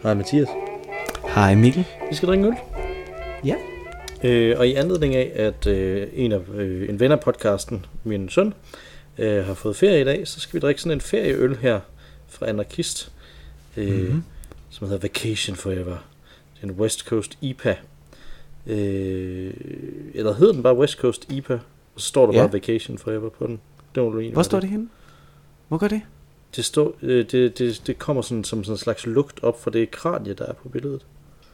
Hej Mathias. Hej Mikkel. Vi skal drikke øl. Ja. Og i anledning af, at en ven af podcasten, min søn, har fået ferie i dag, så skal vi drikke sådan en ferieøl her fra Anarkist, som hedder Vacation Forever. Det er en West Coast IPA. Eller hedder den bare West Coast IPA, og så står der bare Vacation Forever på den. Hvor står det henne? Hvor gør det? Det kommer sådan, som sådan en slags lugt op for det kranie, der er på billedet.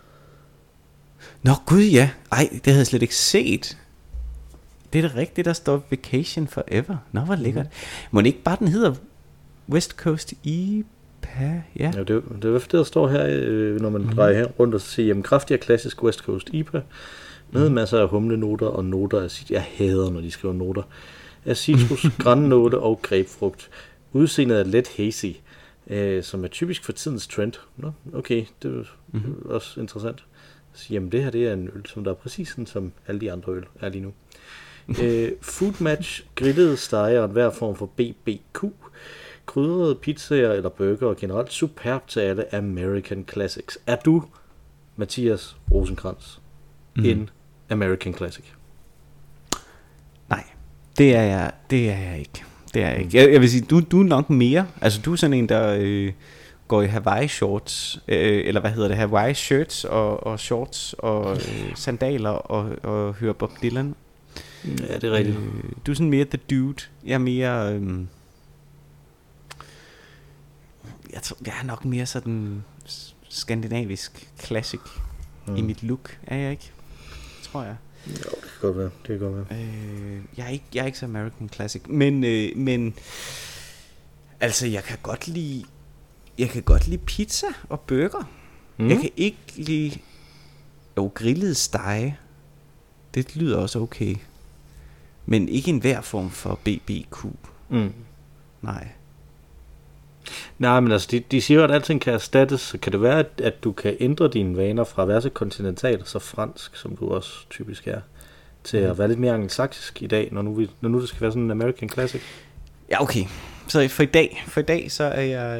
Nå gud ja. Ej, det havde jeg slet ikke set. Det er det rigtigt, der står Vacation Forever. Nå, hvor lækkert. Må det ikke bare den hedder West Coast IPA? Ja, det er det, der står her, når man drejer her rundt og siger, jamen kraftig og klassisk West Coast IPA, med masser af humlenoter og noter af jeg hader, når de skriver noter, af citrus, grannote og grapefrugt. Udseendet er let hazy, som er typisk for tidens trend. Nå, okay, det er også interessant. Så, jamen det her, det er en øl, som der er præcis sådan, som alle de andre øl er lige nu. Food match, grillede steger og hver form for BBQ, krydrede pizzaer eller burger og generelt superb til alle American Classics. Er du, Mathias Rosenkrantz, en American Classic? Nej, det er jeg ikke. Det er jeg ikke. Jeg vil sige, du er nok mere. Altså du er sådan en, der går i Hawaii shorts, eller hvad hedder det, Hawaii shirts og shorts og sandaler og hører Bob Dylan. Ja, det er rigtigt. Du er sådan mere the dude. Jeg er mere jeg tror, jeg er nok mere sådan skandinavisk classic i mit look. Er jeg ikke? Tror jeg. Jo, det kan godt være. Jeg er ikke så American Classic, men altså jeg kan godt lide pizza og burger. Jeg kan ikke lide grillet stege. Det lyder også okay. Men ikke enhver form for BBQ. Nej, men altså de siger jo, at alting kan erstattes. Så kan det være, at du kan ændre dine vaner fra at være så kontinental og så fransk, som du også typisk er, til at være lidt mere angelsaksisk i dag, når nu det skal være sådan en American Classic? Ja, okay. Så for i dag så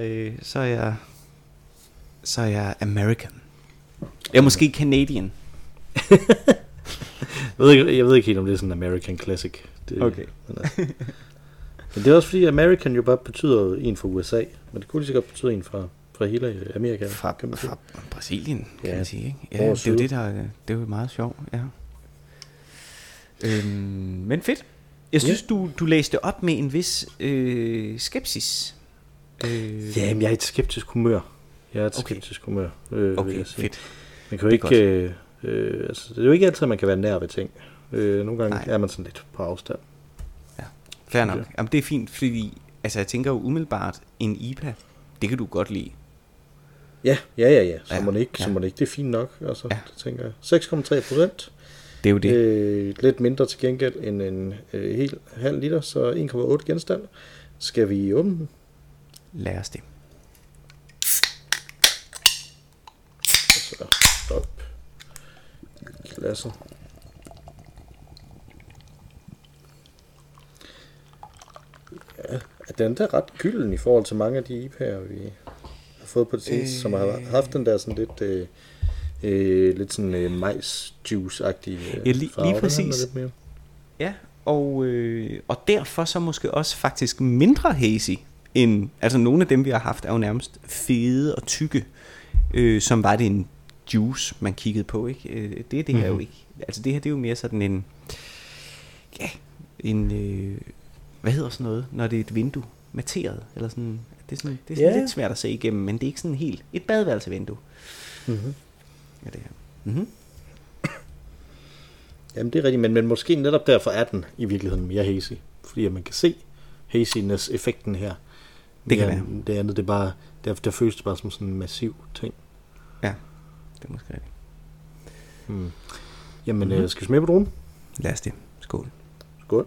er jeg American. Jeg er måske Canadian. Jeg ved ikke helt, om det er sådan en American Classic. Okay. Men det er også fordi American jo bare betyder en fra USA, men det kunne lige så godt betyde en fra hele Amerika. Fra Brasilien, kan man sige, ikke? Ja, det er jo det er jo meget sjovt, ja. Men fedt. Jeg synes, du læste op med en vis skepsis. Jamen, jeg er et skeptisk humør. Okay, fedt. Man kan jo ikke... altså, det er jo ikke altid, at man kan være nær ved ting. Nogle gange er man sådan lidt på afstand. Ja, fair nok. Jamen, det er fint, fordi altså, jeg tænker jo umiddelbart, en IPA, det kan du godt lide. Ja. Så må det ikke. Det er fint nok. Altså, det tænker jeg. 6,3%. Det er jo det. Lidt mindre til gengæld end en hel halv liter, så 1,8 genstand. Skal vi åbne den? Lad os det. Så op. Glasset. Ja, den der ret gylden i forhold til mange af de IPA'er, vi har fået på det sidste, som har haft den der sådan lidt sådan majsjuice-agtig farve. Lige præcis. Ja, og derfor så måske også faktisk mindre hazy end, altså nogle af dem vi har haft er jo nærmest fede og tykke, som var det en juice man kiggede på, ikke? Det her jo ikke. Altså det her, det er jo mere sådan en hvad hedder sådan noget, når det er et vindue materet eller sådan. Det er sådan lidt svært at se igennem, men det er ikke sådan helt et badeværelsevindue. Ja, det her. Jamen det er rigtigt, men måske netop derfor er den i virkeligheden mere hazy, fordi at man kan se haziness-effekten her. Det kan være. Det andet, det er bare, der føles det bare som sådan en massiv ting. Ja, det er måske rigtigt. Jamen, skal vi smage på druen? Lad os det. Skål. Skål.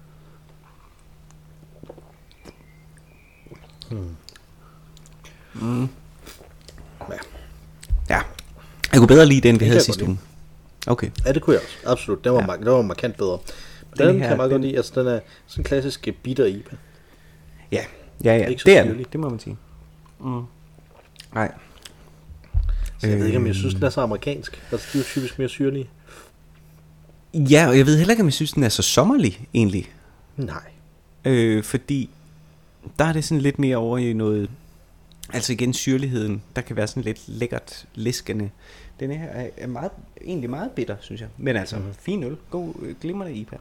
Ja. Jeg kunne bedre lide den, vi havde sidste uge. Okay. Ja, det kunne jeg også. Absolut. Den var markant bedre. Den kan jeg meget godt lide. Altså, den er sådan en klassisk bitter IPA. Ja. Det er det. Det må man sige. Nej. Så jeg ved ikke, om jeg synes, den er så amerikansk. Altså, de er jo typisk mere syrlige. Ja, og jeg ved heller ikke, om jeg synes, den er så sommerlig, egentlig. Nej. Fordi der er det sådan lidt mere over i noget... Altså igen, syrligheden, der kan være sådan lidt lækkert læskende. Den her er meget, egentlig meget bitter, synes jeg. Men altså, fin øl. God, glimrende IPA.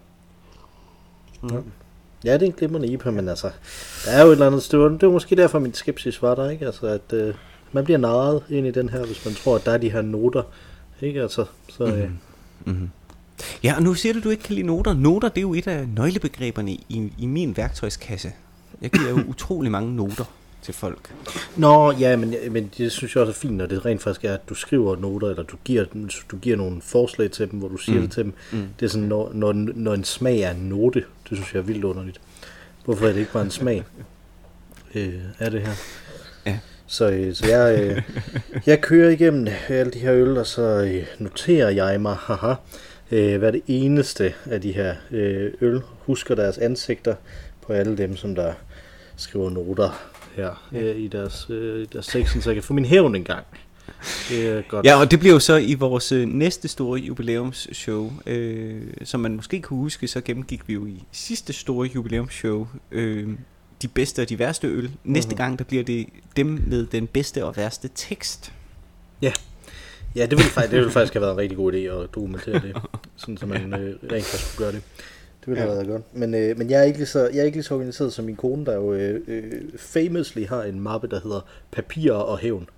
Ja, det er en glimrende IPA, men altså, der er jo et eller andet sted. Det er måske derfor, min skepsis var der, ikke? Altså, at man bliver narret ind i den her, hvis man tror, at der er de her noter, ikke? Altså, så... Ja, og nu siger du ikke kan lide noter. Noter, det er jo et af nøglebegreberne i min værktøjskasse. Jeg giver jo utrolig mange noter til folk. Nå, ja, men det synes jeg også er fint, når det rent faktisk er, at du skriver noter, eller du giver nogle forslag til dem, hvor du siger det til dem. Det er sådan, når en smag er en note, det synes jeg er vildt underligt. Hvorfor er det ikke bare en smag af det her? Ja. Så jeg kører igennem alle de her øl, og så noterer jeg mig, hvad det eneste af de her øl husker deres ansigter på alle dem, som der skriver noter her i deres section, så jeg kan få min hævn en gang. Det er godt. Ja, og det bliver jo så i vores næste store jubilæumsshow, som man måske kunne huske, så gennemgik vi jo i sidste store jubilæumsshow de bedste og de værste øl. Næste gang, der bliver det dem med den bedste og værste tekst. Ja, det ville faktisk have været en rigtig god idé at dokumentere det, sådan så man rent faktisk kunne gøre det. Det ville have været godt. Men jeg er ikke lige så organiseret som min kone, der jo famously har en mappe, der hedder Papir og Hævn.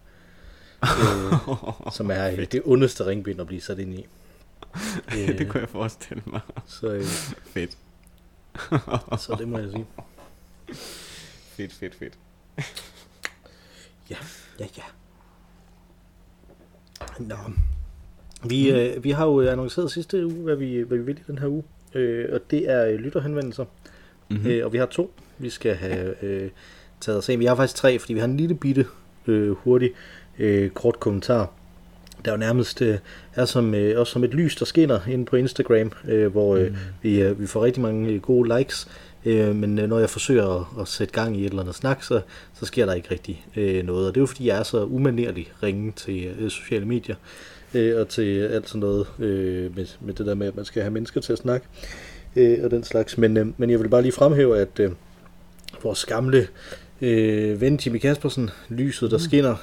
Som er det ondeste ringbind at blive sat ind i. Det kunne jeg forestille mig. Så, fedt. Så det må jeg sige. Fedt. Ja. Nå. Vi har jo annonceret sidste uge, hvad vi vil i den her uge. Og det er lytterhenvendelser. Og vi har 2, vi skal have taget os af. Vi har faktisk 3, fordi vi har en lille bitte hurtig kort kommentar, der jo nærmest er også som et lys, der skinner inde på Instagram, hvor vi får rigtig mange gode likes. Men når jeg forsøger at sætte gang i et eller andet snak, så sker der ikke rigtig noget. Og det er jo fordi, jeg er så umanerlig ringe til sociale medier og til alt sådan noget med det der med, at man skal have mennesker til at snakke og den slags. Men jeg vil bare lige fremhæve, at vores gamle ven Jimmy Kaspersen, lyset der skinner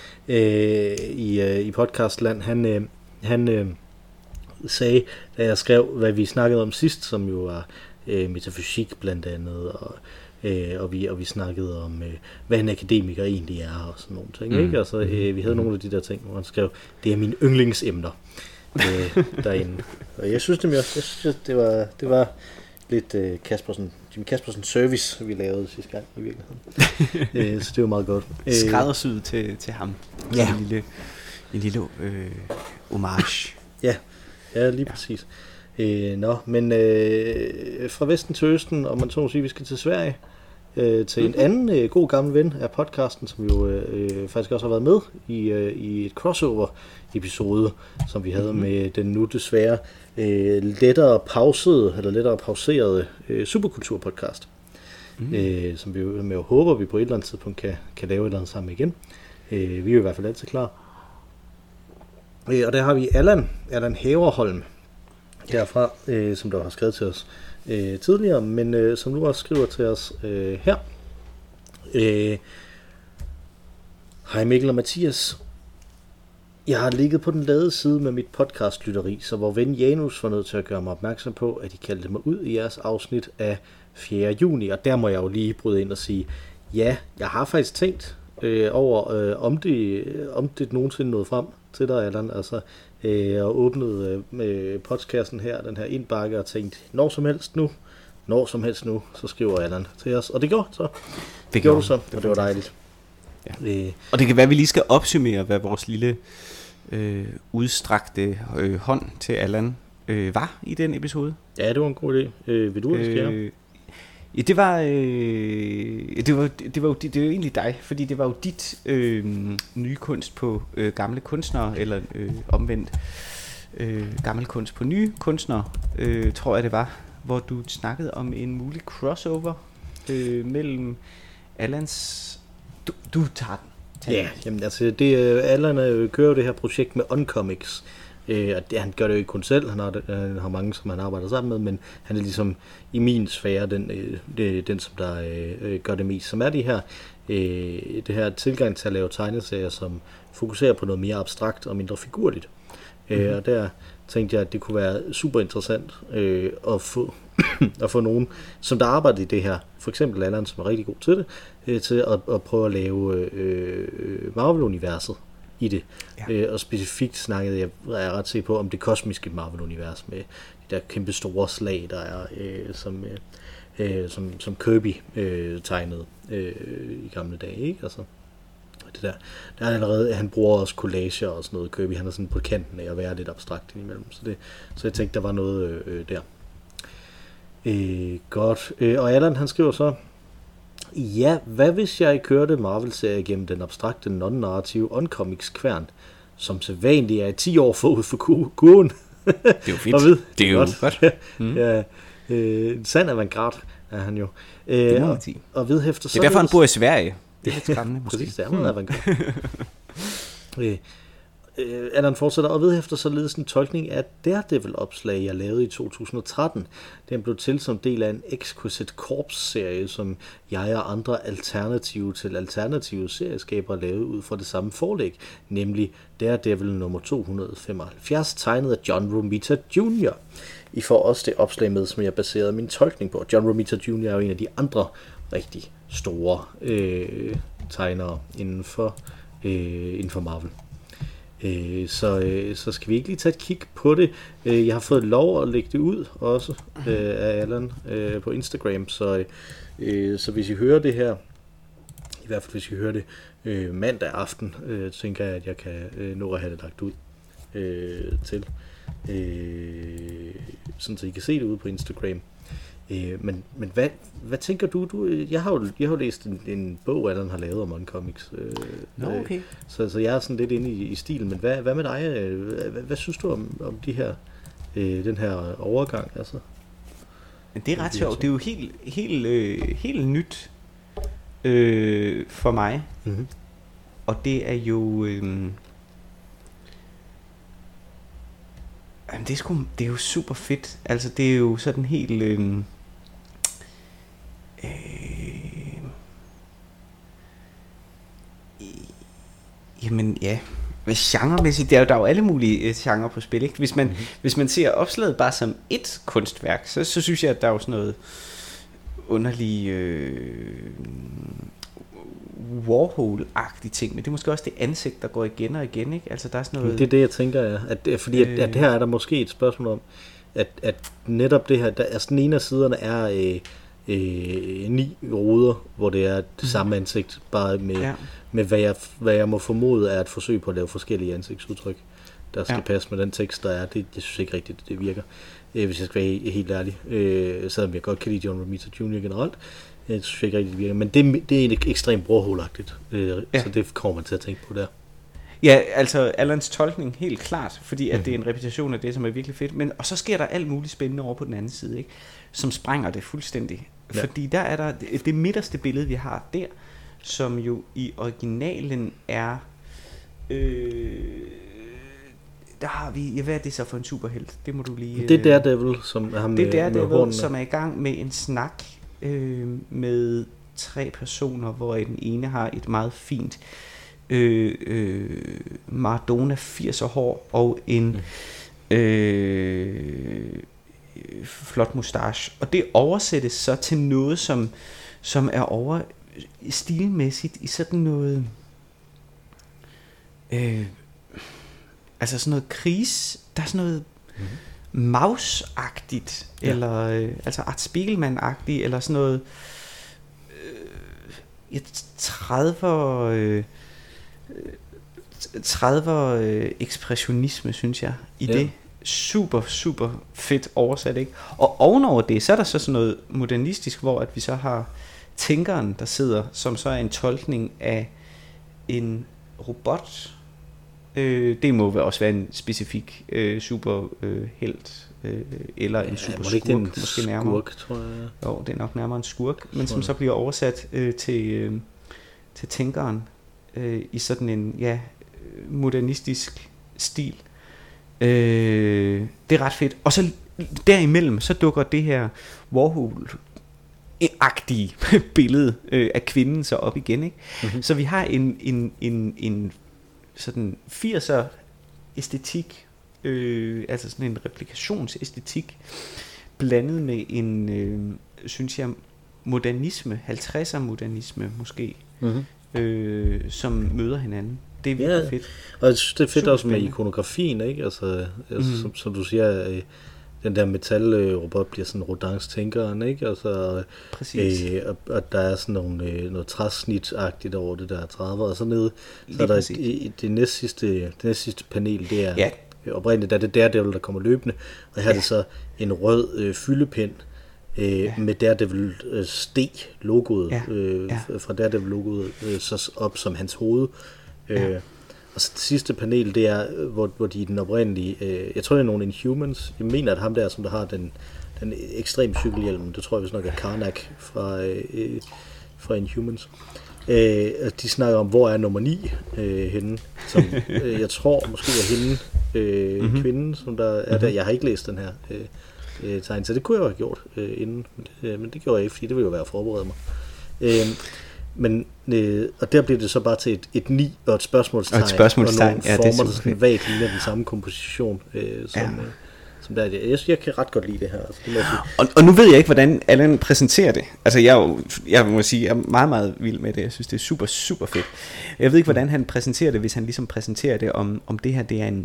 i podcastland, han sagde, da jeg skrev, hvad vi snakkede om sidst, som jo var metafysik blandt andet, og vi snakkede om, hvad en akademiker egentlig er, og sådan nogle ting, ikke? Altså, vi havde nogle af de der ting, hvor han skrev, det er mine yndlingsemner derinde. Og jeg synes det var lidt Jimmy Kaspersen service, vi lavede sidste gang i virkeligheden. Så det var meget godt. Skræddersyet til ham. Ja. En lille homage. Ja, lige præcis. Men fra vesten til østen, og man så at sige, vi skal til Sverige, til en anden god gammel ven af podcasten, som jo faktisk også har været med i et crossover-episode, som vi havde med den nu desværre lettere pauserede Superkultur-podcast, som vi jo håber, vi på et eller andet tidspunkt kan lave et eller andet sammen igen. Vi er jo i hvert fald altid klar. Og der har vi Allan Haverholm derfra, som der har skrevet til os tidligere, men som nu også skriver til os her. Hej Mikkel og Mathias. Jeg har ligget på den lade side med mit podcastlytteri, så hvor ven Janus var nødt til at gøre mig opmærksom på, at I kaldte mig ud i jeres afsnit af 4. juni, og der må jeg jo lige bryde ind og sige, ja, jeg har faktisk tænkt over, om det nogensinde nåede frem til dig, Allan, altså, og åbnede podcasten her, den her indbakke, og tænkte, når som helst nu, så skriver Allan til os, og det gjorde så. Det gjorde du så, og det var dejligt. Ja. Og det kan være, at vi lige skal opsummere, hvad vores lille udstrakte hånd til Allan var i den episode. Ja, det var en god idé. Vil du skære? Ja, det var jo egentlig dig, fordi det var jo dit nye kunst på gamle kunstnere, eller omvendt gammel kunst på nye kunstnere, tror jeg det var, hvor du snakkede om en mulig crossover mellem Allans... Du tager den. Ja, jamen altså, Allan kører det her projekt med Uncomics. Og han gør det jo ikke kun selv, han har mange, som han arbejder sammen med, men han er ligesom i min sfære den som der gør det mest, som er det her tilgang til at lave tegneserier, som fokuserer på noget mere abstrakt og mindre figurligt. Og der tænkte jeg, at det kunne være super interessant at få nogen, som der arbejder i det her, for eksempel Allan, som er rigtig god til det, til at prøve at lave Marvel-universet i det. Ja. Og specifikt snakkede jeg ret sikker på om det kosmiske Marvel-univers med de der kæmpe store slag, der er som Kirby tegnede i gamle dage, ikke? Altså, det der er allerede, han bruger også collager og sådan noget. Kirby, han er sådan på kanten af at være lidt abstrakt indimellem, så jeg tænkte, der var noget der. Godt. Og Allan, han skriver så: ja, hvad hvis jeg kørte Marvel-serie gennem den abstrakte, non-narrative Uncomics kværn, som sædvanligt er 10 år forud for kurven? Det er jo fint. Det er jo godt. Ja, sand avantgarde er han jo. Og vedhæfter det er derfor, han bor i Sverige. Det er lidt skræmmende, måske. Præcis, det er meget avantgarde. Allan fortsætter og vedhæfter således en tolkning af Daredevil-opslag, jeg lavede i 2013. Den blev til som del af en Exquisite Corps-serie, som jeg og andre alternative serieskabere lavede ud fra det samme forlæg, nemlig Daredevil nummer 275, tegnet af John Romita Jr. I får også det opslag med, som jeg baserede min tolkning på. John Romita Jr. er jo en af de andre rigtig store tegnere inden for Marvel. Så skal vi ikke lige tage et kig på det. Jeg har fået lov at lægge det ud også af Allan på Instagram, så hvis I hører det her, i hvert fald hvis I hører det mandag aften, tænker jeg, at jeg kan nå at have det lagt ud til, sådan så I kan se det ude på Instagram. Men hvad tænker du? Jeg har jo læst en bog, Allan har lavet om Uncomics. Okay. Så jeg er sådan lidt inde i stilen. Men hvad med dig? Hvad synes du om de her, den her overgang? Altså? Det er ret sjovt. Det er jo helt nyt for mig. Mm-hmm. Og det er jo... det er jo super fedt. Altså det er jo sådan helt jamen ja, genremæssigt, der er jo alle mulige genrer på spil, ikke? Hvis man ser opslaget bare som et kunstværk, så synes jeg, at der er jo sådan noget underlig Warhol-agtige ting, men det er måske også det ansigt, der går igen og igen, ikke? Altså der er sådan noget... Det er det, jeg tænker, ja. Fordi at her er der måske et spørgsmål om, at netop det her, altså den ene af siderne er 9 ruder, hvor det er det samme ansigt, bare med hvad jeg må formode er et forsøg på at lave forskellige ansigtsudtryk, der skal passe med den tekst, der er. Jeg synes ikke rigtigt, det virker, hvis jeg skal være helt ærlig. Selvom jeg godt kan lide John Romita Jr. generelt, jeg synes ikke rigtigt, det virker. Men det er ekstremt brorhulagtigt, så det kommer man til at tænke på der. Ja, altså Allans tolkning, helt klart, fordi at det er en repetition af det, som er virkelig fedt. Og så sker der alt muligt spændende over på den anden side, ikke? Som sprænger det fuldstændig. Ja. Fordi der er der det midterste billede, vi har der, som jo i originalen er... der har vi... hvad er det så for en superhelt? Det må du lige... Det er Daredevil, som er ham det er Daredevil, som er i gang med en snak med 3 personer, hvor den ene har et meget fint Maradona 80'er hår og en flot mustache. Og det oversættes så til noget, som er over stilmæssigt i sådan noget altså sådan noget kris, der er sådan noget Maus-agtigt, eller altså Art Spiegelman-agtigt, eller sådan noget 30'er ekspressionisme, synes jeg, i det. Super, super fedt oversat, ikke? Og ovenover det, så er der så sådan noget modernistisk, hvor at vi så har tænkeren, der sidder, som så er en tolkning af en robot. Det må også være en specifik superhelt, eller en super skurk, måske nærmere. Skurk, tror jeg. Jo, det er nok nærmere en skurk, men som så bliver oversat til tænkeren. i sådan en modernistisk stil. Det er ret fedt. Og så derimellem, så dukker det her Warhol-agtige billede af kvinden så op igen, ikke? Mm-hmm. Så vi har en sådan 80'er æstetik, altså sådan en replikationsæstetik, blandet med en, synes jeg, modernisme, 50'er modernisme måske, som møder hinanden. Det er virkelig fedt. Og jeg synes, det er fedt super også med ikonografien, ikke? Altså som du siger, den der metalrobot bliver sådan Rodin-tænkeren, ikke? Altså, og der er sådan noget træsnit-agtigt over det der 30'er, og så nede, så er der det næstsidste panel, det er oprindeligt, der er det Daredevil, der kommer løbende, og her er det så en rød fyldepind, med Daredevil logoet fra Daredevil-logoet så op som hans hoved. Og så det sidste panel, det er, hvor de i den oprindelige, jeg tror det er nogle Inhumans, jeg mener at ham der, som der har den ekstrem cykelhjelm, det tror jeg vist nok er Karnak fra Inhumans. De snakker om, hvor er nummer 9 henne, som jeg tror måske er hende, kvinden, som der er der. Jeg har ikke læst den her tegn, så det kunne jeg jo have gjort inden, men det gjorde jeg ikke, fordi det ville jo være at forberede mig. Men, og der bliver det så bare til et 9 og et spørgsmålstegn, og nogle former, der sådan vagt ligner den samme komposition, som der er. Jeg kan ret godt lide det her. Altså, det og nu ved jeg ikke, hvordan Allan præsenterer det. Altså jeg må sige, jeg er meget, meget vild med det. Jeg synes, det er super, super fedt. Jeg ved ikke, hvordan han præsenterer det, hvis han ligesom præsenterer det, om det her det er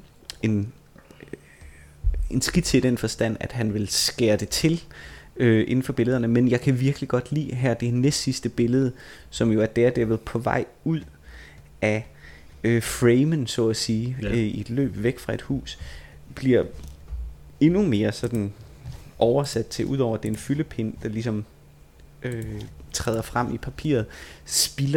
en skitse i den forstand, at han vil skære det til inden for billederne, men jeg kan virkelig godt lide her det næst sidste billede, som jo er Daredevil på vej ud af framen, så at sige, i et løb væk fra et hus, bliver endnu mere sådan oversat til, udover at det er en fyldepind, der ligesom træder frem i papiret, spilder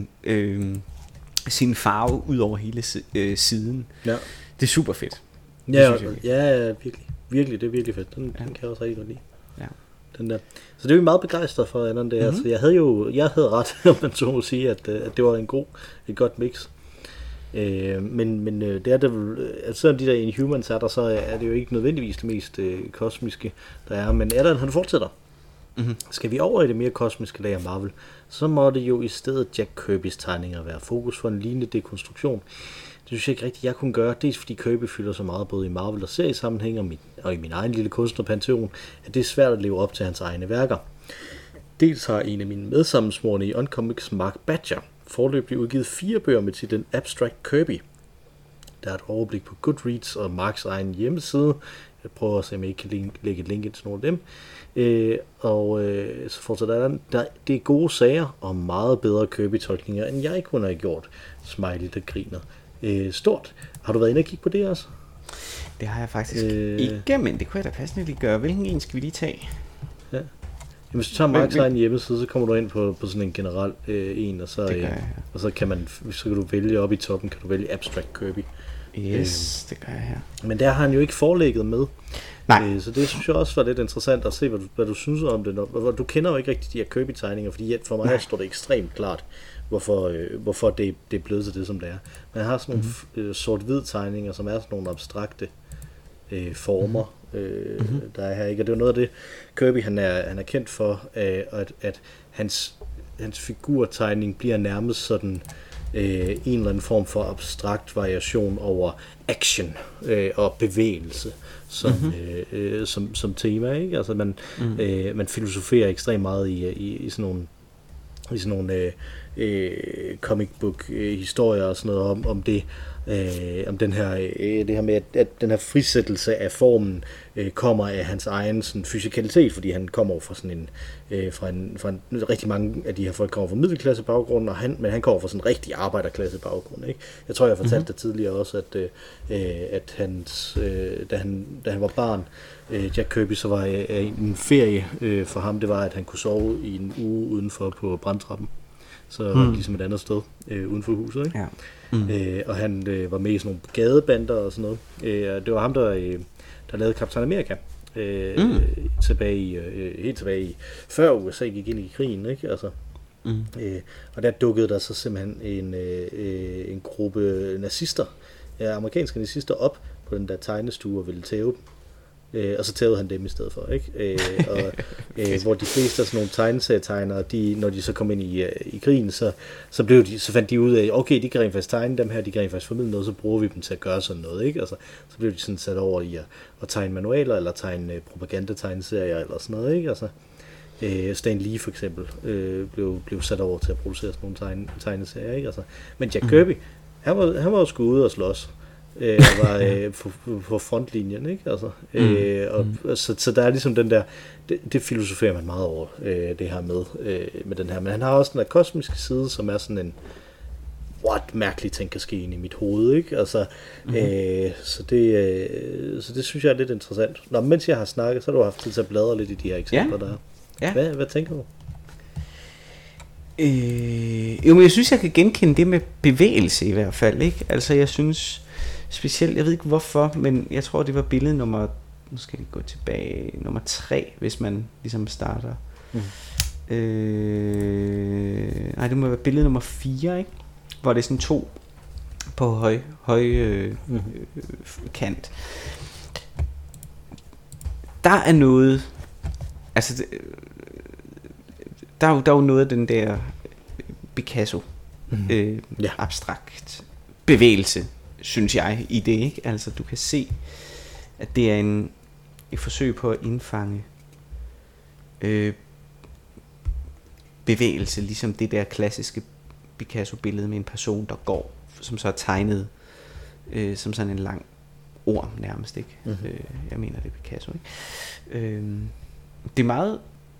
sin farve ud over hele siden. Det er super fedt. Virkelig, det er virkelig fedt. Den kan jeg også rigtig godt lide. Den der. Så det er vi meget begejstret for, Allan. Det. Altså, jeg havde ret, om man så må sige, at det var et godt mix. Men det er det, altså selvom de der Inhumans er der, så er det jo ikke nødvendigvis det mest kosmiske, der er. Men Allan, han fortsætter. Skal vi over i det mere kosmiske lag af Marvel, så må det jo i stedet Jack Kirbys tegninger være fokus for en lignende dekonstruktion. Det synes jeg ikke rigtigt, jeg kunne gøre. Dels fordi Kirby fylder så meget både i Marvel og seriesammenhæng og i min egen lille kunstnerpanteon, at det er svært at leve op til hans egne værker. Dels har en af mine medsammensvorne i Uncomics, Mark Badger, foreløbig udgivet 4 bøger med titlen Abstract Kirby. Der er et overblik på Goodreads og Marks egen hjemmeside. Jeg prøver at se, om jeg ikke kan lægge et link ind til nogle af dem. Så fortsætter det er gode sager og meget bedre Kirby-tolkninger, end jeg kunne have gjort. Smiley, der griner. Stort. Har du været inde og kigge på det også? Det har jeg faktisk ikke, men det kunne jeg da passende lige gøre. Hvilken en skal vi lige tage? Ja. Jamen, hvis du tager Marks egen hjemmeside, så kommer du ind på sådan en generel en, og så, og så kan du vælge op i toppen, kan du vælge Abstract Kirby. Yes, det gør jeg her. Men der har han jo ikke forelægget med. Nej. Så det synes jeg også var lidt interessant at se, hvad du synes om det. Du kender jo ikke rigtig de her Kirby-tegninger, fordi for mig står det ekstremt klart, hvorfor det er blevet til det, som det er. Men han har sådan nogle sort-hvid tegninger, som er sådan nogle abstrakte former, der er her. Ikke? Og det er jo noget af det, Kirby han er kendt for, at hans figurtegning bliver nærmest sådan en eller anden form for abstrakt variation over action og bevægelse som tema, ikke? Altså man filosoferer ekstremt meget i sådan nogle comic book historier og sådan noget om det om det her med at den her frisættelse af formen kommer af hans egen sådan fysikalitet, fordi han kommer fra sådan fra rigtig mange af de her folk kommer fra middelklasse baggrund, men han kommer fra sådan en rigtig arbejderklasse baggrund, ikke? Jeg tror jeg fortalte det tidligere også, at hans da han var barn, Jack Kirby, så var en ferie for ham, det var at han kunne sove i en uge udenfor på brandtrappen. Så ligesom et andet sted uden for huset, ikke? Ja. Og han var med i sådan nogle gadebander og sådan noget. Det var ham, der lavede Captain America helt tilbage i før USA gik ind i krigen, ikke? Altså, Og der dukkede der så simpelthen en gruppe nazister, amerikanske nazister op på den der tegnestue og ville tæve dem. Og så tævede han dem i stedet for, ikke? Hvor de fleste af sådan nogle tegneserietegnere, når de så kom ind i krigen, så fandt de ud af, okay, de kan rent faktisk tegne dem her, de kan rent faktisk formidle noget, så bruger vi dem til at gøre sådan noget, ikke? Altså, så blev de sådan sat over i at tegne manualer, eller tegne propagandategneserier, eller sådan noget, ikke? Altså, Stan Lee for eksempel blev sat over til at producere sådan nogle tegneserier, ikke? Altså, men Jack Kirby, han var jo sgu ude og slås. Var på frontlinjen, ikke? Altså, så der er ligesom den der, det filosoferer man meget over, det her med den her, men han har også den der kosmiske side, som er sådan en mærkelige ting kan ske ind i mit hoved, ikke? Altså, så det synes jeg er lidt interessant. Nå, mens jeg har snakket, så har du haft tid til at bladre lidt i de her eksempler, der er. Ja. Hvad tænker du? Men jeg synes, jeg kan genkende det med bevægelse i hvert fald, ikke? Altså, jeg synes specielt, jeg ved ikke hvorfor, men jeg tror, det var billede nummer, nu skal vi gå tilbage, nummer 3, hvis man ligesom starter. Nej, det må være billede nummer 4, ikke? Hvor det er sådan 2 på høj kant. Der er noget, altså der er jo noget af den der Picasso abstrakt bevægelse, synes jeg, i det, ikke? Altså, du kan se, at det er et forsøg på at indfange bevægelse, ligesom det der klassiske Picasso-billede med en person, der går, som så er tegnet som sådan en lang orm nærmest, ikke? Jeg mener, det er Picasso, ikke? Det er meget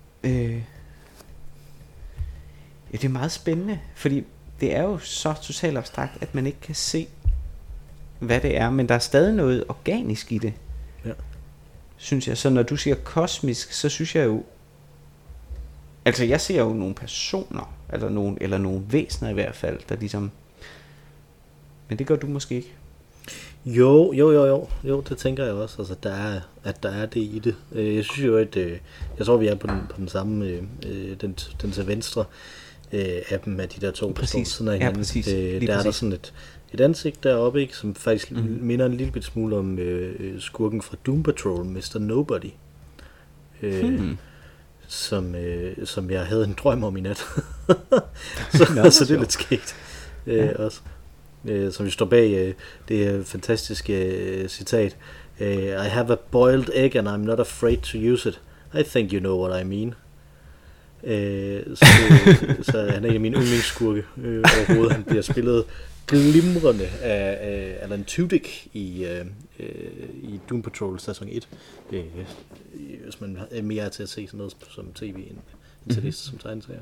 det er meget spændende, fordi det er jo så totalt abstrakt, at man ikke kan se, hvad det er, men der er stadig noget organisk i det, synes jeg. Så når du siger kosmisk, så synes jeg jo, altså jeg ser jo nogle personer, eller nogle væsener i hvert fald, der ligesom, men det gør du måske ikke. Jo, det tænker jeg også, altså der er det i det. Jeg synes jo, at jeg tror, vi er på den samme, den til venstre af dem, af de der to personer. Ja, præcis. Der er der sådan et ansigt deroppe, ikke, som faktisk minder en lille smule om skurken fra Doom Patrol, Mr. Nobody. Som jeg havde en drøm om i nat. så det er lidt skægt også. Som vi står bag det fantastiske citat. I have a boiled egg and I'm not afraid to use it. I think you know what I mean. Så han er en af mine yndlingsskurke overhovedet. Han bliver spillet glimrende af Alan Tudyk i Doom Patrol sæson 1. Hvis man er mere til at se sådan noget som tv end til det som tegneserier.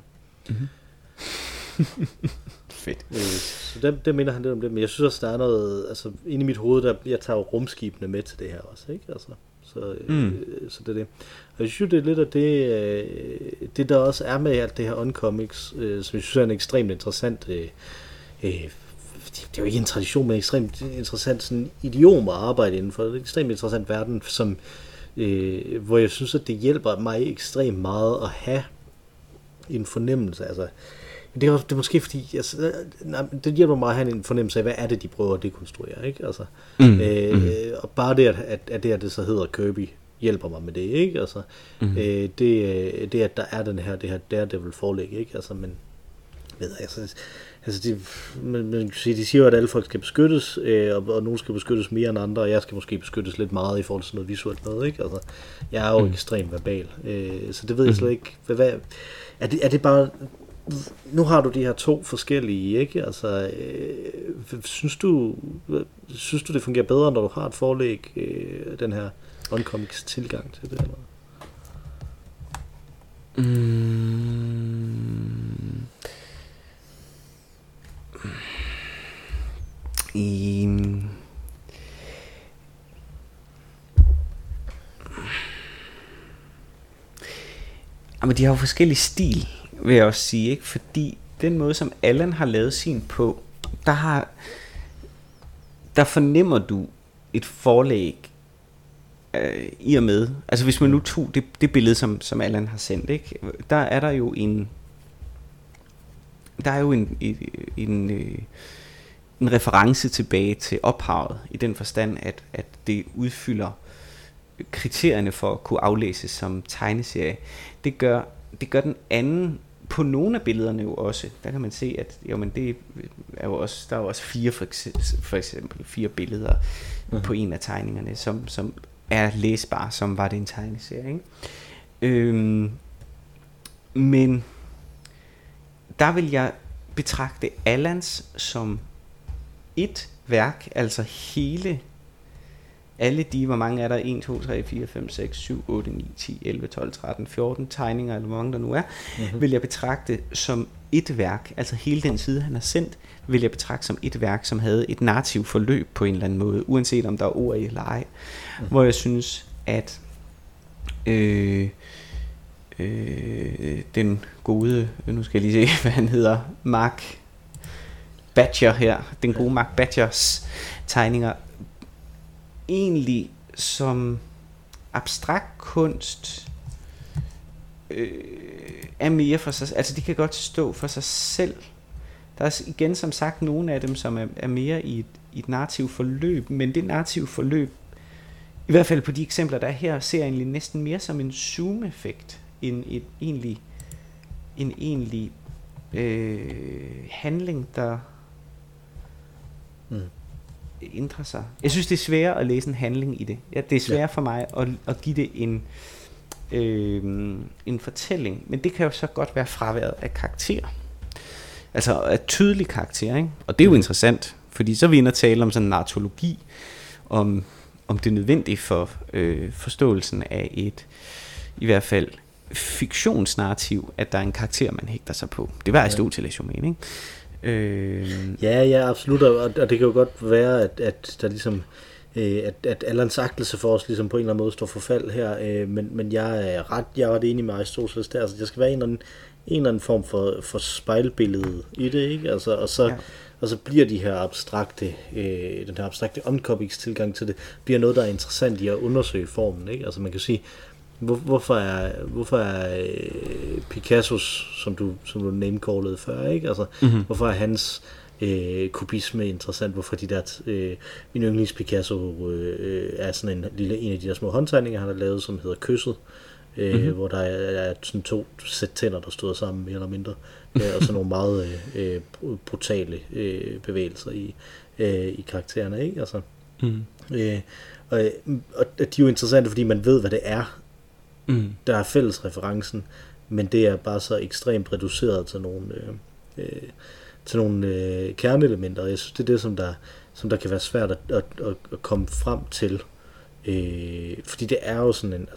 Fedt. Så det minder han lidt om det, men jeg synes også, der er noget, altså inde i mit hoved, der jeg tager jo rumskibene med til det her også, ikke? Altså, så det er det. Og jeg synes, det er lidt af det der også er med alt det her on-comics, som jeg synes er en ekstremt interessant, det er jo ikke en tradition, men ekstremt interessant sådan idiom at arbejde inden for. Det er en ekstremt interessant verden, som, hvor jeg synes, at det hjælper mig ekstremt meget at have en fornemmelse, altså det er måske fordi, altså, det hjælper mig at have en fornemmelse af, hvad er det, de prøver at dekonstruere, ikke? Altså, og bare det, at det så hedder Kirby, hjælper mig med det, ikke? Altså, det at der er det her Daredevil forlæg, ikke? Altså, men ved jeg, altså man kan sige, de siger jo, at alle folk skal beskyttes, og nogen skal beskyttes mere end andre, og jeg skal måske beskyttes lidt meget i forhold til sådan noget visuelt noget, ikke? Altså, jeg er jo ekstremt verbal, så det ved jeg slet ikke, hvad er det bare. Nu har du de her 2 forskellige, ikke? Altså, synes du det fungerer bedre, når du har et forlæg, den her on-comics tilgang til det? Eller? Men de har jo forskellige stil, vil jeg også sige, ikke? Fordi den måde, som Allan har lavet sin på, der fornemmer du et forlæg i og med, altså hvis man nu tog det billede, som Allan har sendt, ikke? Der er der jo der er jo en reference tilbage til ophavet, i den forstand, at det udfylder kriterierne for at kunne aflæses som tegneserie. Det gør den anden på nogle af billederne jo også. Der kan man se, at det er jo også, der er jo også for eksempel 4 billeder på en af tegningerne, som er læsbare, som var det en tegneserie, ikke? Men der vil jeg betragte Allans som et værk, altså alle de, hvor mange er der, 1, 2, 3, 4, 5, 6, 7, 8, 9, 10, 11, 12, 13, 14 tegninger, eller hvor mange der nu er, vil jeg betragte som et værk, altså hele den side, han har sendt, vil jeg betragte som et værk, som havde et narrativt forløb på en eller anden måde, uanset om der er ord i eller ej, hvor jeg synes, at den gode, nu skal jeg lige se, hvad han hedder, Mark Badger her, den gode Mark Badgers tegninger, egentlig som abstrakt kunst er mere for sig, altså de kan godt stå for sig selv. Der er igen som sagt nogle af dem, som er mere i et narrativt forløb, men det narrative forløb, i hvert fald på de eksempler der er her, ser jeg egentlig næsten mere som en zoom-effekt end en egentlig handling, der ændrer sig. Jeg synes det er sværere at læse en handling i det. Ja, det er sværere for mig at give det en fortælling, men det kan jo så godt være fraværet af karakter. Altså af tydelig karakter, ikke? Og det er jo interessant, fordi så er vi inde og tale om sådan en narratologi, om det er nødvendigt for forståelsen af et, i hvert fald fiktionsnarrativ, at der er en karakter, man hægter sig på. Det var Aristoteles jo mening. Ja, absolut, og det kan jo godt være, at der ligesom at Allans agtelse for os ligesom på en eller anden måde står for fald her, men jeg er ret enig med Aristoteles der, altså der skal være en eller anden form for spejlbillede i det, ikke? Altså, og så bliver de her den her abstrakte omkoblingstilgang til det, bliver noget, der er interessant i at undersøge formen, ikke? Altså man kan sige, hvorfor er Picassos, som du namecallede før, ikke? Altså, hvorfor er hans kubisme interessant, hvorfor de der min yndlings Picasso er sådan en af de der små håndtegninger, han har lavet, som hedder Kysset, hvor der er sådan 2 sæt tænder, der stod sammen mere eller mindre, og så nogle meget brutale bevægelser i karaktererne, ikke? Altså, og de er jo interessante, fordi man ved, hvad det er, der er fællesreferencen, men det er bare så ekstremt reduceret til nogle kerneelementer, og jeg synes, det er det, som der kan være svært at komme frem til, fordi det er jo sådan en,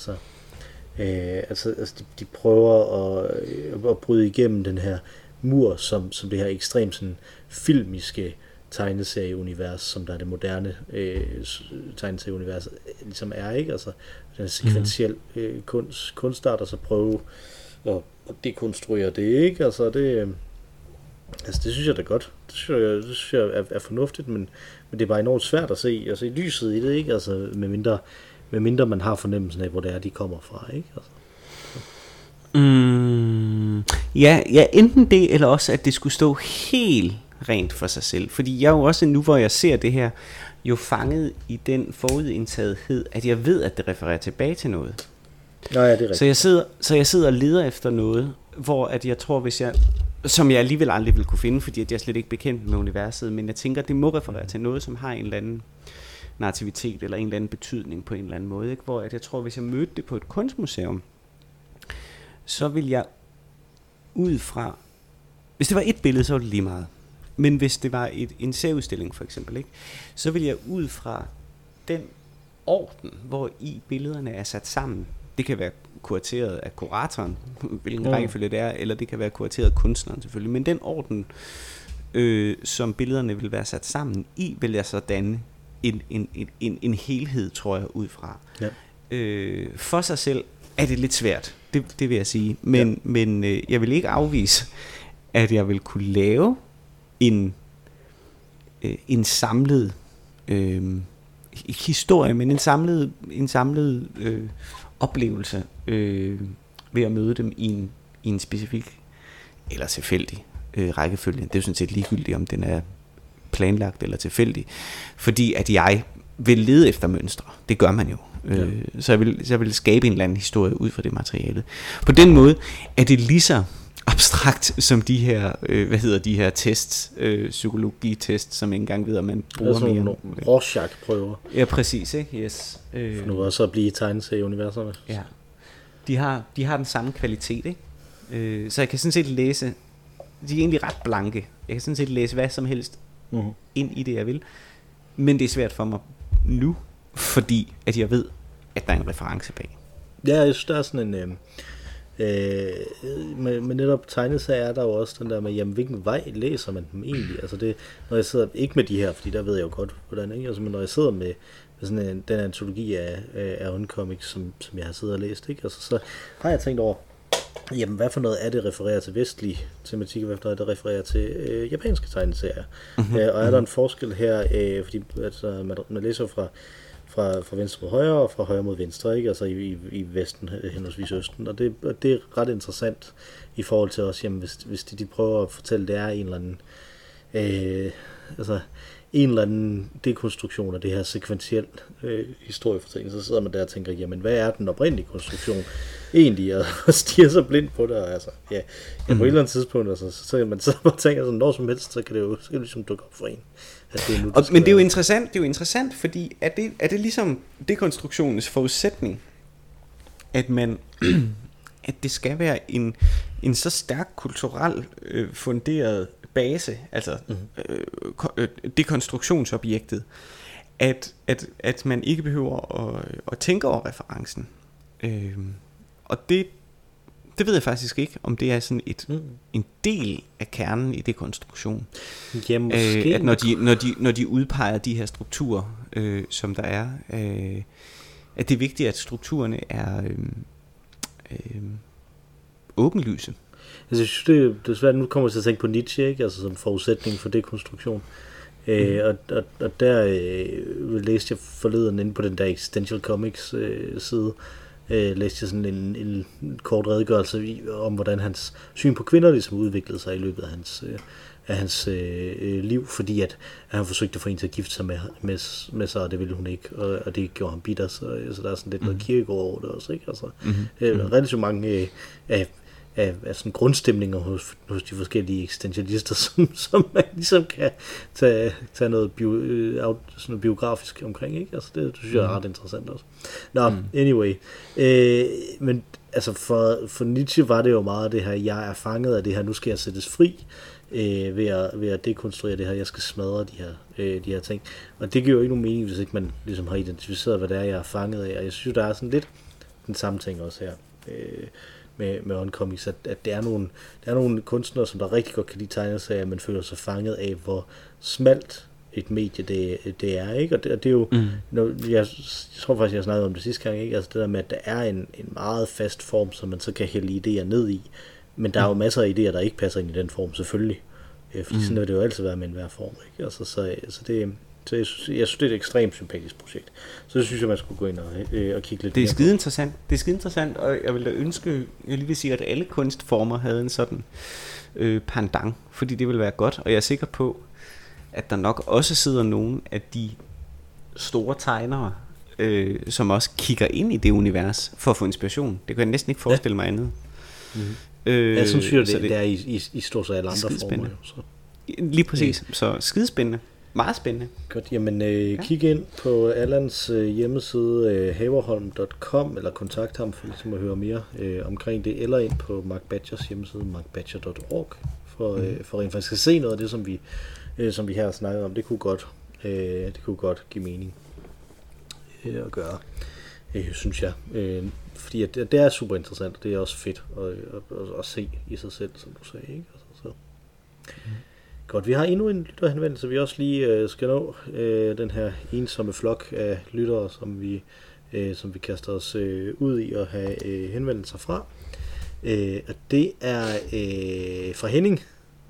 de prøver at bryde igennem den her mur, som det her ekstremt sådan filmiske tegneserieunivers, som der er det moderne tegneserieunivers, ligesom er, ikke? Altså den sekventiel kunstart, og så prøve at dekonstruere det, ikke? Altså det synes jeg da godt. Det synes jeg er fornuftigt, men det er bare enormt svært at se, altså i lyset i det, ikke? Altså medmindre man har fornemmelsen af, hvor det er, de kommer fra, ikke? Altså. Ja, enten det, eller også, at det skulle stå helt rent for sig selv. Fordi jeg er jo også, nu hvor jeg ser det her, jo fanget i den forudindtagethed, at jeg ved, at det refererer tilbage til noget. Nå ja, det er rigtigt. Så jeg sidder og leder efter noget, hvor at jeg tror, som jeg alligevel aldrig vil kunne finde, fordi at jeg er slet ikke bekendt med universet, men jeg tænker, at det må referere til noget, som har en eller anden narrativitet, eller en eller anden betydning på en eller anden måde, ikke? Hvor at jeg tror, hvis jeg mødte det på et kunstmuseum, så vil jeg ud fra, hvis det var et billede, så var det lige meget. Men hvis det var en særudstilling for eksempel, ikke, så vil jeg ud fra den orden, hvor i billederne er sat sammen. Det kan være kurateret af kuratoren, hvilken rækkefølge det er, eller det kan være kurateret af kunstneren selvfølgelig. Men den orden, som billederne vil være sat sammen i, vil jeg så danne en helhed, tror jeg, ud fra. Ja. For sig selv er det lidt svært, det vil jeg sige. Men jeg vil ikke afvise, at jeg vil kunne lave en samlet historie, men en samlet oplevelse ved at møde dem i en specifik eller tilfældig rækkefølgen. Det er jo sådan set ligegyldigt, om den er planlagt eller tilfældig, fordi at jeg vil lede efter mønstre. Det gør man jo. Så jeg vil skabe en eller anden historie ud fra det materiale. På den måde er det lige så abstrakt som de her, de her tests, psykologitests, som ikke engang ved, om man bruger mere. Nogle Rorschach-prøver. Ja, præcis, ikke? Yes. For nu også at blive tegneserieuniverserne. Ja. De har den samme kvalitet, ikke? Så jeg kan sådan set læse, de er egentlig ret blanke. Jeg kan sådan set læse hvad som helst ind i det, jeg vil. Men det er svært for mig nu, fordi at jeg ved, at der er en reference bag. Ja, jeg synes, der er sådan en... med netop tegneserier er der jo også den der med, jamen hvilken vej læser man dem egentlig? Altså det, når jeg sidder, ikke med de her, fordi der ved jeg jo godt, hvordan, ikke? Altså, men når jeg sidder med sådan den antologi af Uncomics, som jeg har siddet og læst, ikke? Altså, så har jeg tænkt over, jamen hvad for noget er det refererer til vestlig tematik, og hvad for noget er det refererer til japanske tegneserier? Og er der en forskel her, fordi altså, man læser fra venstre mod højre og fra højre mod venstre, ikke? Altså i vesten henholdsvis østen, og det er ret interessant i forhold til os, jamen hvis de prøver at fortælle, det er en eller anden en eller anden dekonstruktion af det her sekventiel historiefortælling, så sidder man der og tænker, jamen hvad er den oprindelige konstruktion egentlig, og stiger så blind på det, og altså, ja, på et eller andet tidspunkt, altså, så man så bare tænker sådan, når som helst, så kan det ligesom dukke op for en. Men det er jo interessant, fordi er det ligesom dekonstruktionens forudsætning, at man at det skal være en så stærk kulturel funderet base, altså dekonstruktionsobjektet, at man ikke behøver at tænke over referencen. Og det ved jeg faktisk ikke, om det er sådan en del af kernen i dekonstruktion. Ja, måske. At når de udpeger de her strukturer, som der er, at det er vigtigt, at strukturerne er åbenlyse. Altså, jeg synes, det er svært, nu kommer jeg til at tænke på Nietzsche, ikke? Altså som forudsætning for dekonstruktion. Og der læste jeg forleden inde på den der Existential Comics side, læste jeg sådan en kort redegørelse om, hvordan hans syn på kvinder ligesom udviklede sig i løbet af hans liv, fordi at han forsøgte at få en til at gifte sig med sig, og det ville hun ikke, og det gjorde ham bitter, så der er sådan lidt noget Kierkegaard over det også, ikke? Altså, relativt mange af sådan grundstemninger hos de forskellige eksistentialister, som man ligesom kan tage noget sådan biografisk omkring, ikke? Altså det synes jeg er ret interessant også. Nå, anyway. Men altså for Nietzsche var det jo meget det her, jeg er fanget af det her, nu skal jeg sættes fri ved at dekonstruere det her, jeg skal smadre de her ting. Og det giver jo ikke nogen mening, hvis ikke man ligesom har identificeret, hvad det er, jeg er fanget af. Og jeg synes, der er sådan lidt den samme ting også her. Med Uncomics, at der er nogle kunstnere, som der rigtig godt kan lide tegneserier, men føler sig fanget af, hvor smalt et medie det er, ikke? Og det er jo, jeg tror faktisk, jeg snakkede om det sidste gang, ikke? Altså det der med, at der er en meget fast form, som man så kan hælde idéer ned i, men der er jo masser af idéer, der ikke passer ind i den form, selvfølgelig. Fordi sådan vil det jo altid være med enhver form, ikke? Altså, så jeg synes, det er et ekstremt sympatisk projekt. Så det synes jeg, man skulle gå ind og kigge lidt. Det er skide interessant. Det er skide interessant, og jeg vil da ønske, jeg lige vil sige, at alle kunstformer havde en sådan pendant, fordi det ville være godt, og jeg er sikker på, at der nok også sidder nogen af de store tegnere, som også kigger ind i det univers for at få inspiration. Det kan jeg næsten ikke forestille mig andet. Jeg synes jo, det er i stort set alle andre former. Så. Lige præcis. Så skidespændende. Meget spændende. Godt, jamen kig ind på Allans hjemmeside haverholm.com, eller kontakt ham for ligesom at høre mere omkring det, eller ind på Mark Badgers hjemmeside, markbadger.org, for rent faktisk at se noget af det, som vi her snakker om. Det kunne godt give mening at gøre, synes jeg. Fordi det er super interessant, og det er også fedt at se i sig selv, som du sagde, ikke? Altså, så. Godt, vi har endnu en lytterhenvendelse, vi også lige skal nå. Den her ensomme flok af lyttere, som vi kaster os ud i at have henvendelser fra. Og det er fra Henning.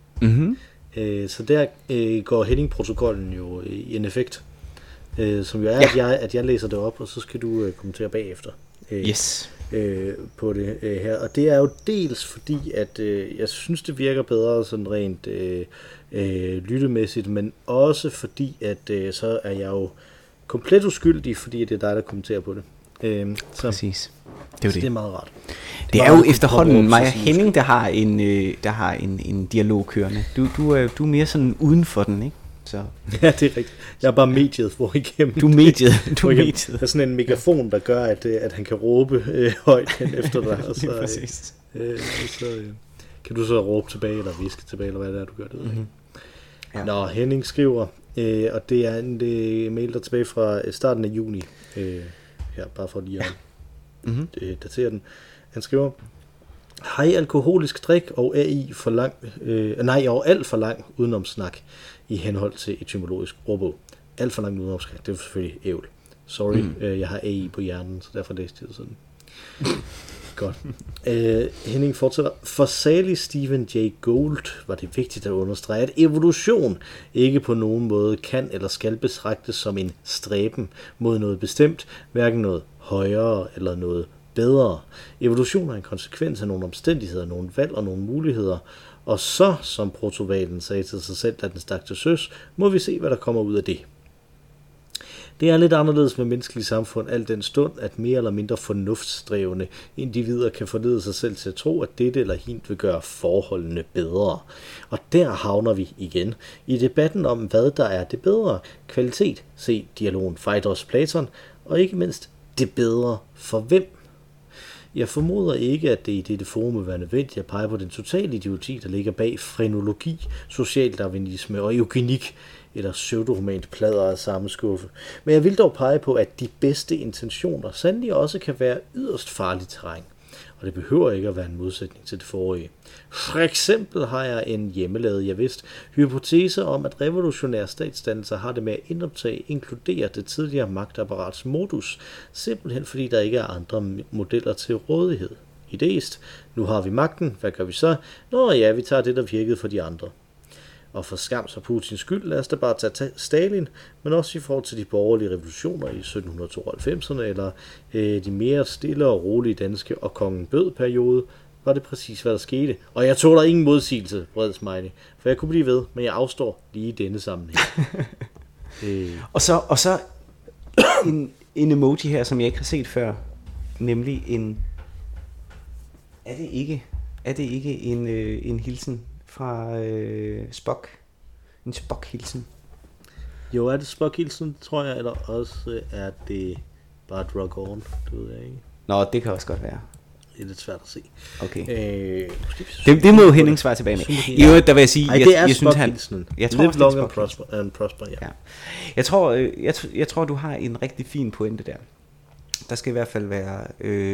Så der går Henning-protokollen jo i en effekt, som jo er, at jeg læser det op, og så skal du kommentere bagefter. Yes. på det her. Og det er jo dels fordi, at jeg synes, det virker bedre sådan rent lyttemæssigt, men også fordi, at så er jeg jo komplet uskyldig, fordi det er dig, der kommenterer på det. Præcis. Det er det er meget rart. Det er jo efterhånden mig og Henning, der har en dialog kørende. Du er mere sådan uden for den, ikke? Så. Ja, det er rigtigt. Jeg er bare mediet hvor igennem. Du er mediet. Der er sådan en megafon, der gør, at han kan råbe højt hen efter dig. Og så, præcis. Kan du så råbe tilbage, eller viske tilbage, eller hvad det er, du gør det. Mm-hmm. Ja. Nå, Henning skriver, og det er en mail, der tilbage fra starten af juni. Her, bare for lige at datere den. Han skriver, hej, alkoholisk drik og AI for lang, og alt for lang udenomsnak i henhold til etymologisk ordbog. Alt for lang udenomsnak, det er selvfølgelig ævl. Sorry, jeg har AI på hjernen, så derfor læste jeg det sådan. Godt. Henning fortsætter. For salig Stephen Jay Gould var det vigtigt at understrege, at evolution ikke på nogen måde kan eller skal betragtes som en stræben mod noget bestemt, hverken noget højere eller noget bedre. Evolution er en konsekvens af nogle omstændigheder, nogle valg og nogle muligheder, og så, som protovalen sagde til sig selv, da den stak til søs, må vi se, hvad der kommer ud af det. Det er lidt anderledes med menneskelige samfund, al den stund, at mere eller mindre fornuftsdrevne individer kan forlede sig selv til at tro, at dette eller hint vil gøre forholdene bedre. Og der havner vi igen i debatten om, hvad der er det bedre. Kvalitet, se dialogen Phaedros Platon, og ikke mindst det bedre for hvem. Jeg formoder ikke, at det i dette forum vil være nødvendigt at pege på den totale idioti, der ligger bag frenologi, socialdarwinisme og eugenik, eller pseudohumant plader af samme skuffe. Men jeg vil dog pege på, at de bedste intentioner sandelig også kan være yderst farligt terræn. Og det behøver ikke at være en modsætning til det forrige. For eksempel har jeg en hjemmelavet, hypotese om, at revolutionære statsdannelser har det med at indoptage, inkludere det tidligere magtapparats modus, simpelthen fordi der ikke er andre modeller til rådighed. Idéist, nu har vi magten, hvad gør vi så? Nå ja, vi tager det, der virkede for de andre. Og for skams og Putins skyld, lad os da bare tage Stalin, men også i forhold til de borgerlige revolutioner i 1792'erne, eller de mere stille og rolige danske og kongen bød periode, var det præcis, hvad der skete. Og jeg tog der ingen modsigelse, bred smiley, for jeg kunne blive ved, men jeg afstår lige i denne sammenhæng. Og så en emoji her, som jeg ikke har set før, nemlig en... Er det ikke en hilsen fra Spock? En Spock-hilsen? Jo, er det Spock-hilsen, tror jeg, eller også er det bare Drug On, det ved jeg ikke. Nå, det kan også godt være. Det er lidt svært at se. Okay. Det må jo Henning svare tilbage med. Jo, der vil jeg sige, det er Spock-hilsen. Jeg tror Live long and prosper, ja. Jeg tror, du har en rigtig fin pointe der. Der skal i hvert fald være...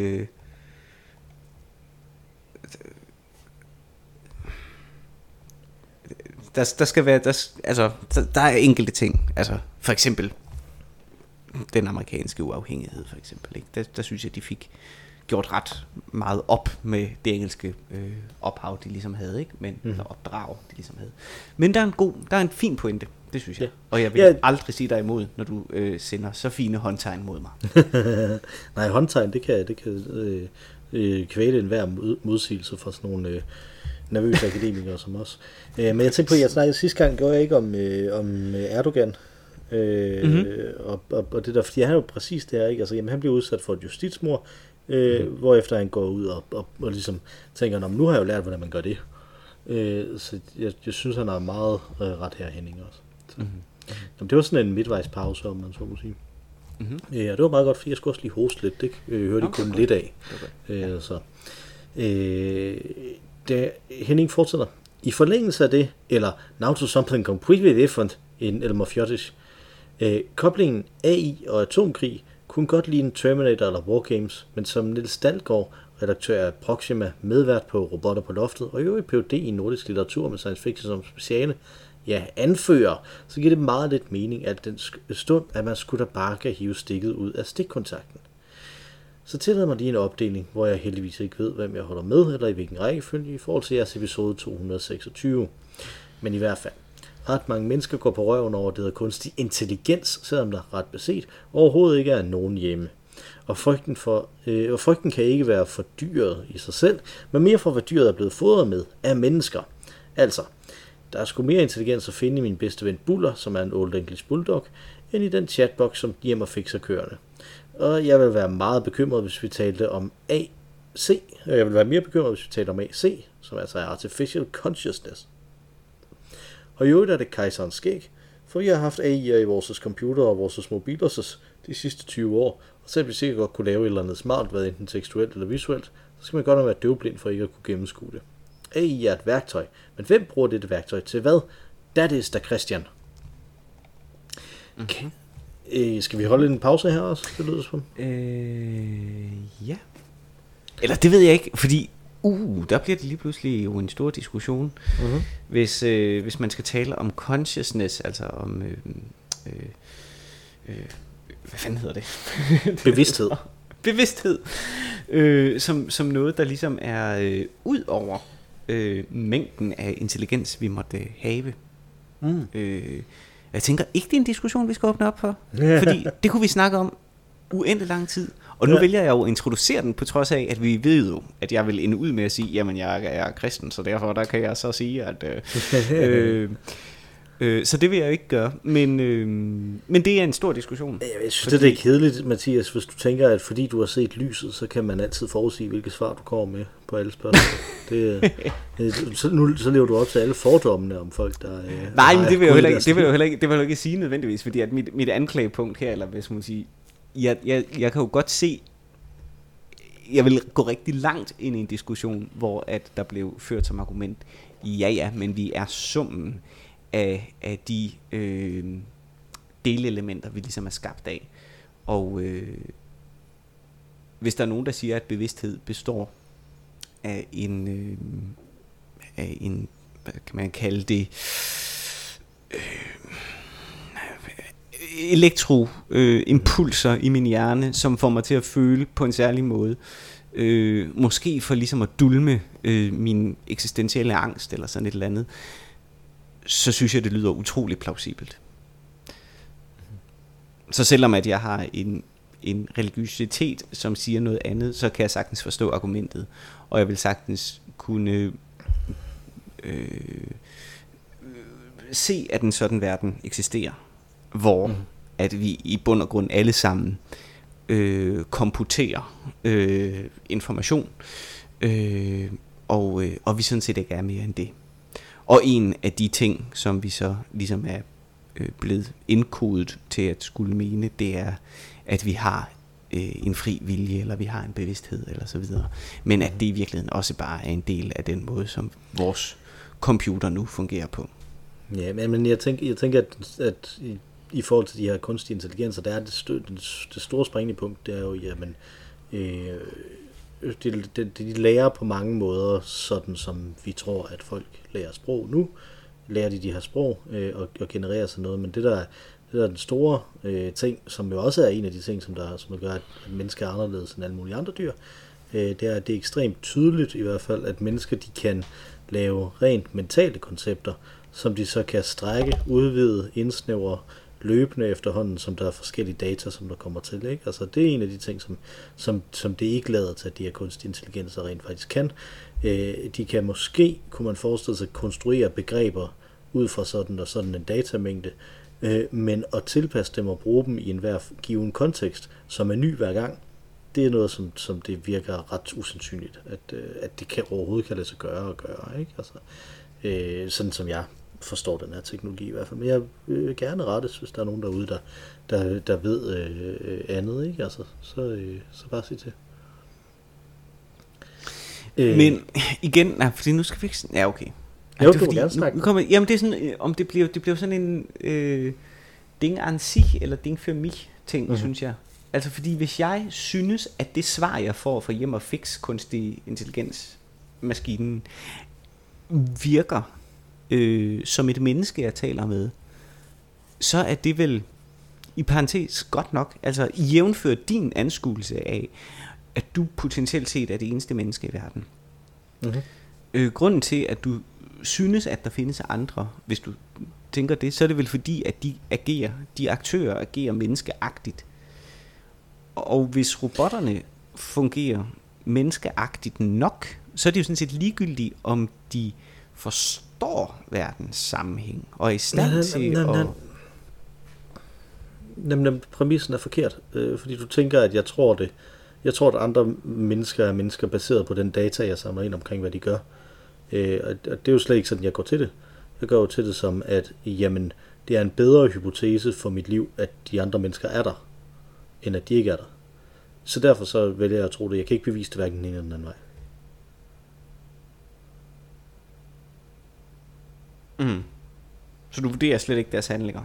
Der skal være, der er enkelte ting, altså for eksempel den amerikanske uafhængighed for eksempel, ikke? Der synes jeg, de fik gjort ret meget op med det engelske ophav, de ligesom havde, ikke? Men eller opdrag, de ligesom havde. Men der er en fin pointe, det synes jeg. Ja. Og jeg vil aldrig sige dig imod, når du sender så fine håndtegn mod mig. Nej, håndtegn, det kan kvæle enhver modsigelse fra sådan nogle nervøse akademikere som os. Men jeg tænkte på, at jeg snakkede sidste gang, gjorde jeg ikke om Erdogan, og det der, fordi han er jo præcis det her, ikke? Altså, jamen, han bliver udsat for et justitsmord, hvorefter han går ud og ligesom tænker, nu har jeg jo lært, hvordan man gør det. Så jeg synes, han har meget ret her, Henning også. Jamen, det var sådan en midtvejspause, om man så må sige. Ja, det var meget godt, fordi jeg skulle også lige hoste lidt, det hørte kun lidt af. Henning fortsætter. I forlængelse af det, eller now to something completely different in Elmer Fjortish, koblingen AI og atomkrig kunne godt ligne Terminator eller Wargames, men som Niels Dalgaard, redaktør af Proxima, medvært på Robotter på Loftet, og jo i Ph.D. i nordisk litteratur med science fiction som speciale, anfører, så giver det meget lidt mening, at den stund, at man skulle da bare kan hive stikket ud af stikkontakten. Så tillader mig lige en opdeling, hvor jeg heldigvis ikke ved, hvem jeg holder med, eller i hvilken rækkefølge, i forhold til jeres episode 226. Men i hvert fald, ret mange mennesker går på røven over det af kunstig intelligens, selvom der ret beset overhovedet ikke er nogen hjemme. Og frygten kan ikke være for dyret i sig selv, men mere for, hvad dyret er blevet fodret med af mennesker. Altså, der er sgu mere intelligens at finde i min bedste ven Buller, som er en Old English Bulldog, end i den chatbox, som Hjem og Fix er kørende. Og jeg vil være meget bekymret, hvis vi talte om AC, og jeg vil være mere bekymret, hvis vi talte om AC, som altså er Artificial Consciousness. Og i øvrigt er det kejserens skæg, for vi har haft AI'er i vores computer og vores mobiler de sidste 20 år, og selv vi sikkert godt kunne lave et eller andet smart, hvad enten tekstuelt eller visuelt, så skal man godt nok være døvblind for ikke at kunne gennemskue det. AI er et værktøj, men hvem bruger dette værktøj til hvad? That is da Christian. Okay. Skal vi holde en pause her også? Det lyder som. Ja. Eller det ved jeg ikke, fordi der bliver det lige pludselig jo en stor diskussion, hvis man skal tale om consciousness, altså om hvad fanden hedder det? Bevidsthed. Bevidsthed, som noget, der ligesom er ud over mængden af intelligens, vi måtte have. Jeg tænker ikke, det er en diskussion, vi skal åbne op for, fordi det kunne vi snakke om uendelig lang tid. Og nu vælger jeg jo at introducere den, på trods af, at vi ved jo, at jeg vil ende ud med at sige, jamen jeg er kristen, så derfor der kan jeg så sige, at så det vil jeg jo ikke gøre, men det er en stor diskussion. Jeg synes, det er kedeligt, Mathias, hvis du tænker, at fordi du har set lyset, så kan man altid forudsige, hvilket svar du kommer med på alle spørgsmål. Så lever du op til alle fordommene om folk, der... Nej, men det vil jeg jo ikke sige nødvendigvis, fordi at mit anklagepunkt her, eller hvis man siger, jeg kan jo godt se, jeg vil gå rigtig langt ind i en diskussion, hvor at der blev ført som argument, ja, men vi er summen af de delelementer, vi ligesom er skabt af. Og hvis der er nogen, der siger, at bevidsthed består af en hvad kan man kalde det, elektroimpulser i min hjerne, som får mig til at føle på en særlig måde, måske for ligesom at dulme min eksistentielle angst eller sådan et eller andet, så synes jeg, det lyder utroligt plausibelt. Så selvom at jeg har en religiøsitet, som siger noget andet, så kan jeg sagtens forstå argumentet, og jeg vil sagtens kunne se, at en sådan verden eksisterer, hvor at vi i bund og grund alle sammen komputerer information, og vi sådan set ikke er mere end det. Og en af de ting, som vi så ligesom er blevet indkodet til at skulle mene, det er, at vi har en fri vilje, eller vi har en bevidsthed, eller så videre. Men at det i virkeligheden også bare er en del af den måde, som vores computer nu fungerer på. Ja, men jeg tænker at i forhold til de her kunstige intelligenser, der er det store springende punkt, det er jo, jamen, de lærer på mange måder, sådan som vi tror, at folk lærer sprog nu, lærer de her sprog og genererer sig noget, men det der er den store ting, som jo også er en af de ting, som gør, at mennesker er anderledes end alle mulige andre dyr, det er, at det er ekstremt tydeligt i hvert fald, at mennesker de kan lave rent mentale koncepter, som de så kan strække, udvide, indsnævre løbende efterhånden, som der er forskellige data, som der kommer til. Ikke? Altså, det er en af de ting, som det ikke lader til, at de her kunstige intelligenser rent faktisk kan. De kan måske, kunne man forestille sig, konstruere begreber ud fra sådan en datamængde, men at tilpasse dem og bruge dem i enhver given kontekst, som er ny hver gang, det er noget, som det virker ret usandsynligt, at det overhovedet kan lade sig gøre. Ikke? Altså, sådan som jeg forstår den her teknologi i hvert fald. Men jeg vil gerne rettes, hvis der er nogen derude, der ved andet. Ikke? Altså, så bare sig til. Men igen, fordi nu skal vi ikke... Ja, okay. Jo, du må gerne snakke. Jamen, det er sådan, om det bliver sådan en ding an sich, eller ding for mig ting, synes jeg. Altså, fordi hvis jeg synes, at det svar, jeg får fra Hjem og Fix kunstig intelligens maskinen, virker som et menneske, jeg taler med, så er det vel i parentes godt nok, altså jævnfør din anskuelse af, at du potentielt set er det eneste menneske i verden. Grunden til, at du synes, at der findes andre, hvis du tænker det, så er det vel fordi, at de aktører agerer menneskeagtigt. Og hvis robotterne fungerer menneskeagtigt nok, så er det jo sådan set ligegyldigt, om de forstår verdens sammenhæng, og er i stand til at... Jamen, præmissen er forkert, fordi du tænker, at jeg tror det. Jeg tror, at andre mennesker er mennesker baseret på den data, jeg samler ind omkring, hvad de gør. Og det er jo slet ikke sådan, jeg går til det. Jeg går jo til det som, at jamen, det er en bedre hypotese for mit liv, at de andre mennesker er der, end at de ikke er der. Så derfor så vælger jeg at tro det. Jeg kan ikke bevise det hverken den ene eller den anden vej. Så du vurderer slet ikke deres handlinger?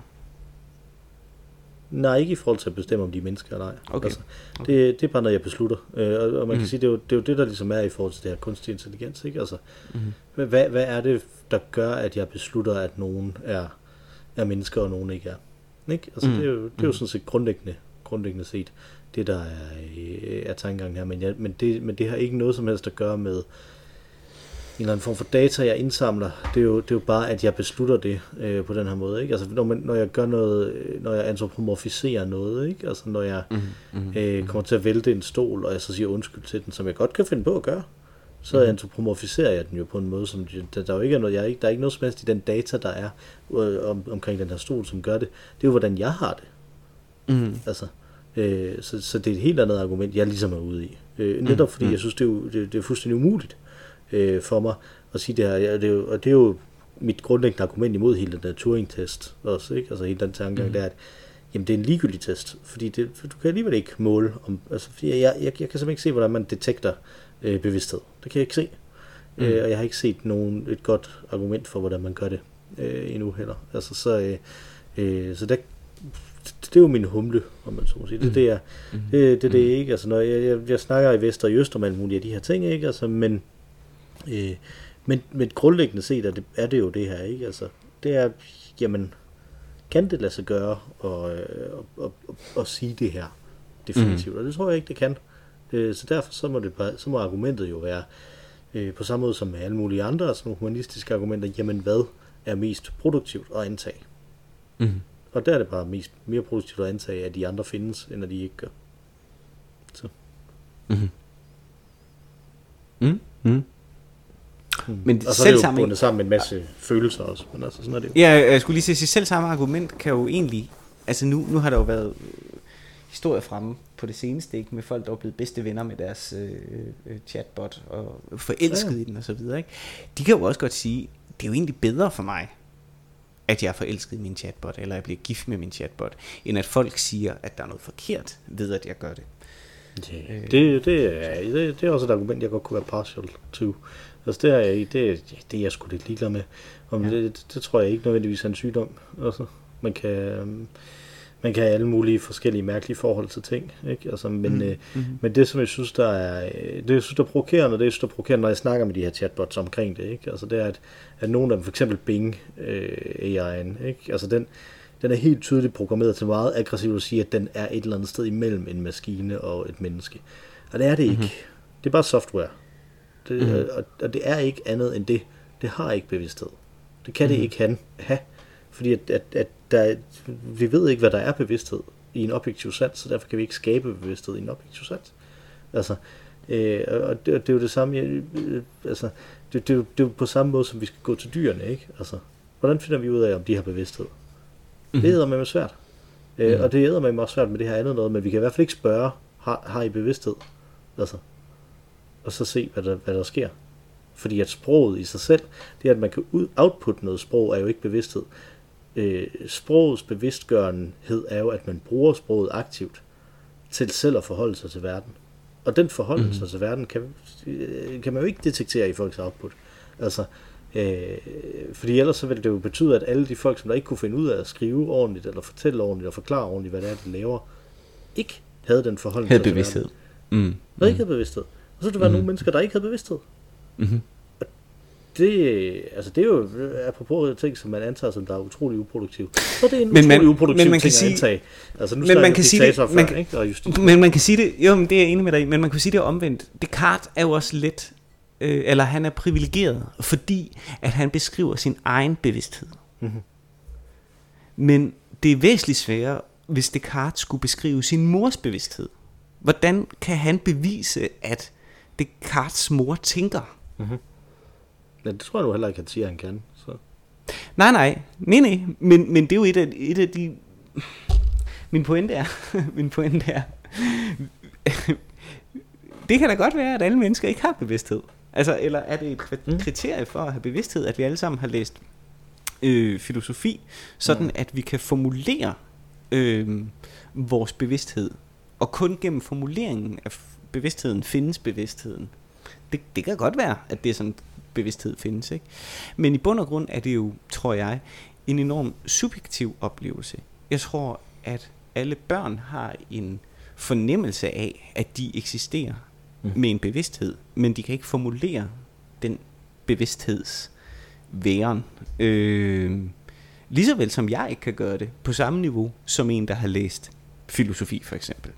Nej, ikke i forhold til at bestemme, om de er mennesker eller ej. Okay. Altså, det er bare noget, jeg beslutter. Og man kan sige, det er jo det, der ligesom er i forhold til det her kunstig intelligens. Ikke? Altså, hvad er det, der gør, at jeg beslutter, at nogen er mennesker, og nogen ikke er? Ikke? Altså, det er jo sådan set grundlæggende set det, der er tankegangen her. Men det har ikke noget som helst at gøre med en eller anden form for data, jeg indsamler. Det er jo bare, at jeg beslutter det på den her måde. Ikke? Altså, når jeg gør noget, når jeg antropomorfiserer noget, ikke? Altså, når jeg kommer til at vælte en stol, og jeg så siger undskyld til den, som jeg godt kan finde på at gøre, så antropomorfiserer jeg den jo på en måde, som der jo ikke er noget, der er ikke noget som helst i den data, der er omkring den her stol, som gør det. Det er jo, hvordan jeg har det. Altså, så det er et helt andet argument, jeg ligesom er ude i. Netop fordi jeg synes, det er fuldstændig umuligt for mig at sige det her. Og det er jo mit grundlæggende argument imod hele den der Turing-test også, ikke? Altså hele den tankegang, der er, at jamen, det er en ligegyldig test, fordi du kan alligevel ikke måle om, altså jeg kan simpelthen ikke se, hvordan man detekter bevidsthed. Det kan jeg ikke se. Og jeg har ikke set et godt argument for, hvordan man gør det endnu heller. Altså så det er jo min humle, om man så må sige. Det er ikke. Altså når jeg snakker i Vest og i Øst om alle mulige af de her ting, ikke? Altså, men grundlæggende set er det jo det her, ikke? Altså, det er, jamen, kan det lade sig gøre og sige det her definitivt? Og det tror jeg ikke, det kan. Så derfor så må argumentet jo være på samme måde som med alle mulige andre sådan humanistiske argumenter, jamen hvad er mest produktivt at antage? Og der er det bare mere produktivt at antage, at de andre findes, end at de ikke gør. Så. Men og så er det jo bundet sammen med en masse følelser også. Men altså, sådan er det jo. Ja, jeg skulle lige sige, selv samme argument kan jo egentlig... Altså nu har der jo været historier fremme på det seneste, ikke, med folk, der er blevet bedste venner med deres chatbot og forelsket i den og så videre. Ikke? De kan jo også godt sige, det er jo egentlig bedre for mig, at jeg er forelsket i min chatbot, eller jeg bliver gift med min chatbot, end at folk siger, at der er noget forkert ved, at jeg gør det. Det er også et argument, jeg godt kunne være partial to. Altså det er jeg sgu lidt ligeglad med. Det tror jeg ikke nødvendigvis er en sygdom. Altså, man kan have alle mulige forskellige mærkelige forhold til ting, ikke? Altså, men det som jeg synes der er provokerende, når jeg snakker med de her chatbots omkring det, ikke? Altså det er at nogle af dem, for eksempel Bing AI'en, ikke? Altså den er helt tydeligt programmeret til meget aggressivt at sige, at den er et eller andet sted imellem en maskine og et menneske. Og det er det ikke. Det er bare software. Og det er ikke andet end det. Det har ikke bevidsthed. Det kan det ikke have. Fordi vi ved ikke, hvad der er bevidsthed i en objektiv sats, så derfor kan vi ikke skabe bevidsthed i en objektiv sats. Altså, og det er jo det samme, altså, det er jo på samme måde, som vi skal gå til dyrene, ikke? Altså, hvordan finder vi ud af, om de har bevidsthed? Det er eddermame svært. Og det er eddermame også svært med det her andet noget, men vi kan i hvert fald ikke spørge, har I bevidsthed? Altså, og så se, hvad der sker. Fordi at sproget i sig selv, det at man kan output noget sprog, er jo ikke bevidsthed. Sprogets bevidstgørenhed er jo, at man bruger sproget aktivt til selv at forholde sig til verden. Og den forholdelse til verden kan man jo ikke detektere i folks output. Altså, fordi ellers så ville det jo betyde, at alle de folk, som der ikke kunne finde ud af at skrive ordentligt, eller fortælle ordentligt, og forklare ordentligt, hvad det er, de laver, ikke havde den forholdelse til bevidsthed. verden. Ikke havde bevidsthed. Og så ville det være nogle mennesker, der ikke havde bevidsthed. Og det er jo apropos ting, som man antager, som der er utrolig uproduktivt. Så det er en utrolig uproduktiv ting at antage. Altså nu snakker diktator men man kan sige det, jo, men det er jeg enig med dig i, men man kan sige det omvendt. Descartes er jo også lidt, eller han er privilegeret, fordi at han beskriver sin egen bevidsthed. Men det er væsentligt sværere, hvis Descartes skulle beskrive sin mors bevidsthed. Hvordan kan han bevise, at Descartes' mor tænker? Mm-hmm. Ja, det tror jeg nu heller ikke, han siger, han kan. Så. Nej. Men det er jo et af de... Min pointe er... det kan da godt være, at alle mennesker ikke har bevidsthed. Altså, eller er det et kriterie for at have bevidsthed, at vi alle sammen har læst filosofi, sådan at vi kan formulere vores bevidsthed, og kun gennem formuleringen af bevidstheden findes bevidstheden. Det kan godt være, at det er sådan, bevidsthed findes, ikke? Men i bund og grund er det jo, tror jeg, en enorm subjektiv oplevelse. Jeg tror, at alle børn har en fornemmelse af, at de eksisterer med en bevidsthed, men de kan ikke formulere den bevidstheds væren. Lige så vel som jeg ikke kan gøre det på samme niveau som en, der har læst filosofi for eksempel.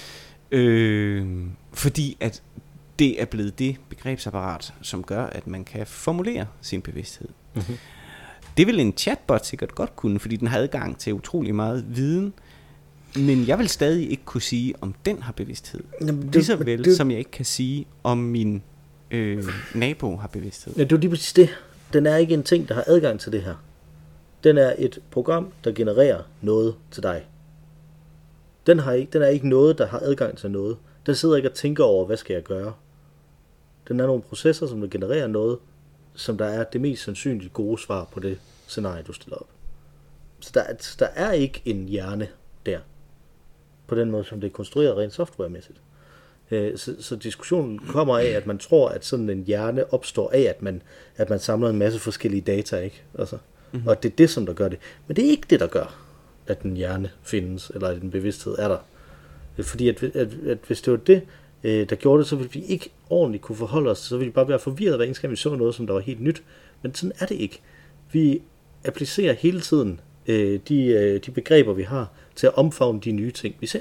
Fordi at det er blevet det begrebsapparat, som gør, at man kan formulere sin bevidsthed. Mm-hmm. Det vil en chatbot sikkert godt kunne, fordi den har adgang til utrolig meget viden, men jeg vil stadig ikke kunne sige, om den har bevidsthed. Lige så vel, som jeg ikke kan sige, om min nabo har bevidsthed. Ja, det er jo lige præcis det. Den er ikke en ting, der har adgang til det her. Den er et program, der genererer noget til dig. Den er ikke noget, der har adgang til noget. Den sidder ikke og tænker over, hvad skal jeg gøre. Den er nogle processer, som genererer noget, som der er det mest sandsynligt gode svar på det scenarie, du stiller op. Så der er ikke en hjerne der, på den måde, som det er konstrueret rent softwaremæssigt. Så diskussionen kommer af, at man tror, at sådan en hjerne opstår af, at man samler en masse forskellige data, ikke? Altså, og det er det, som der gør det. Men det er ikke det, der gør, at en hjerne findes, eller at en bevidsthed er der. Fordi at hvis det var det, der gjorde det, så ville vi ikke ordentligt kunne forholde os, så ville vi bare være forvirret, hver eneste gang vi så noget, som der var helt nyt. Men sådan er det ikke. Vi applicerer hele tiden de begreber, vi har, til at omfavne de nye ting, vi ser.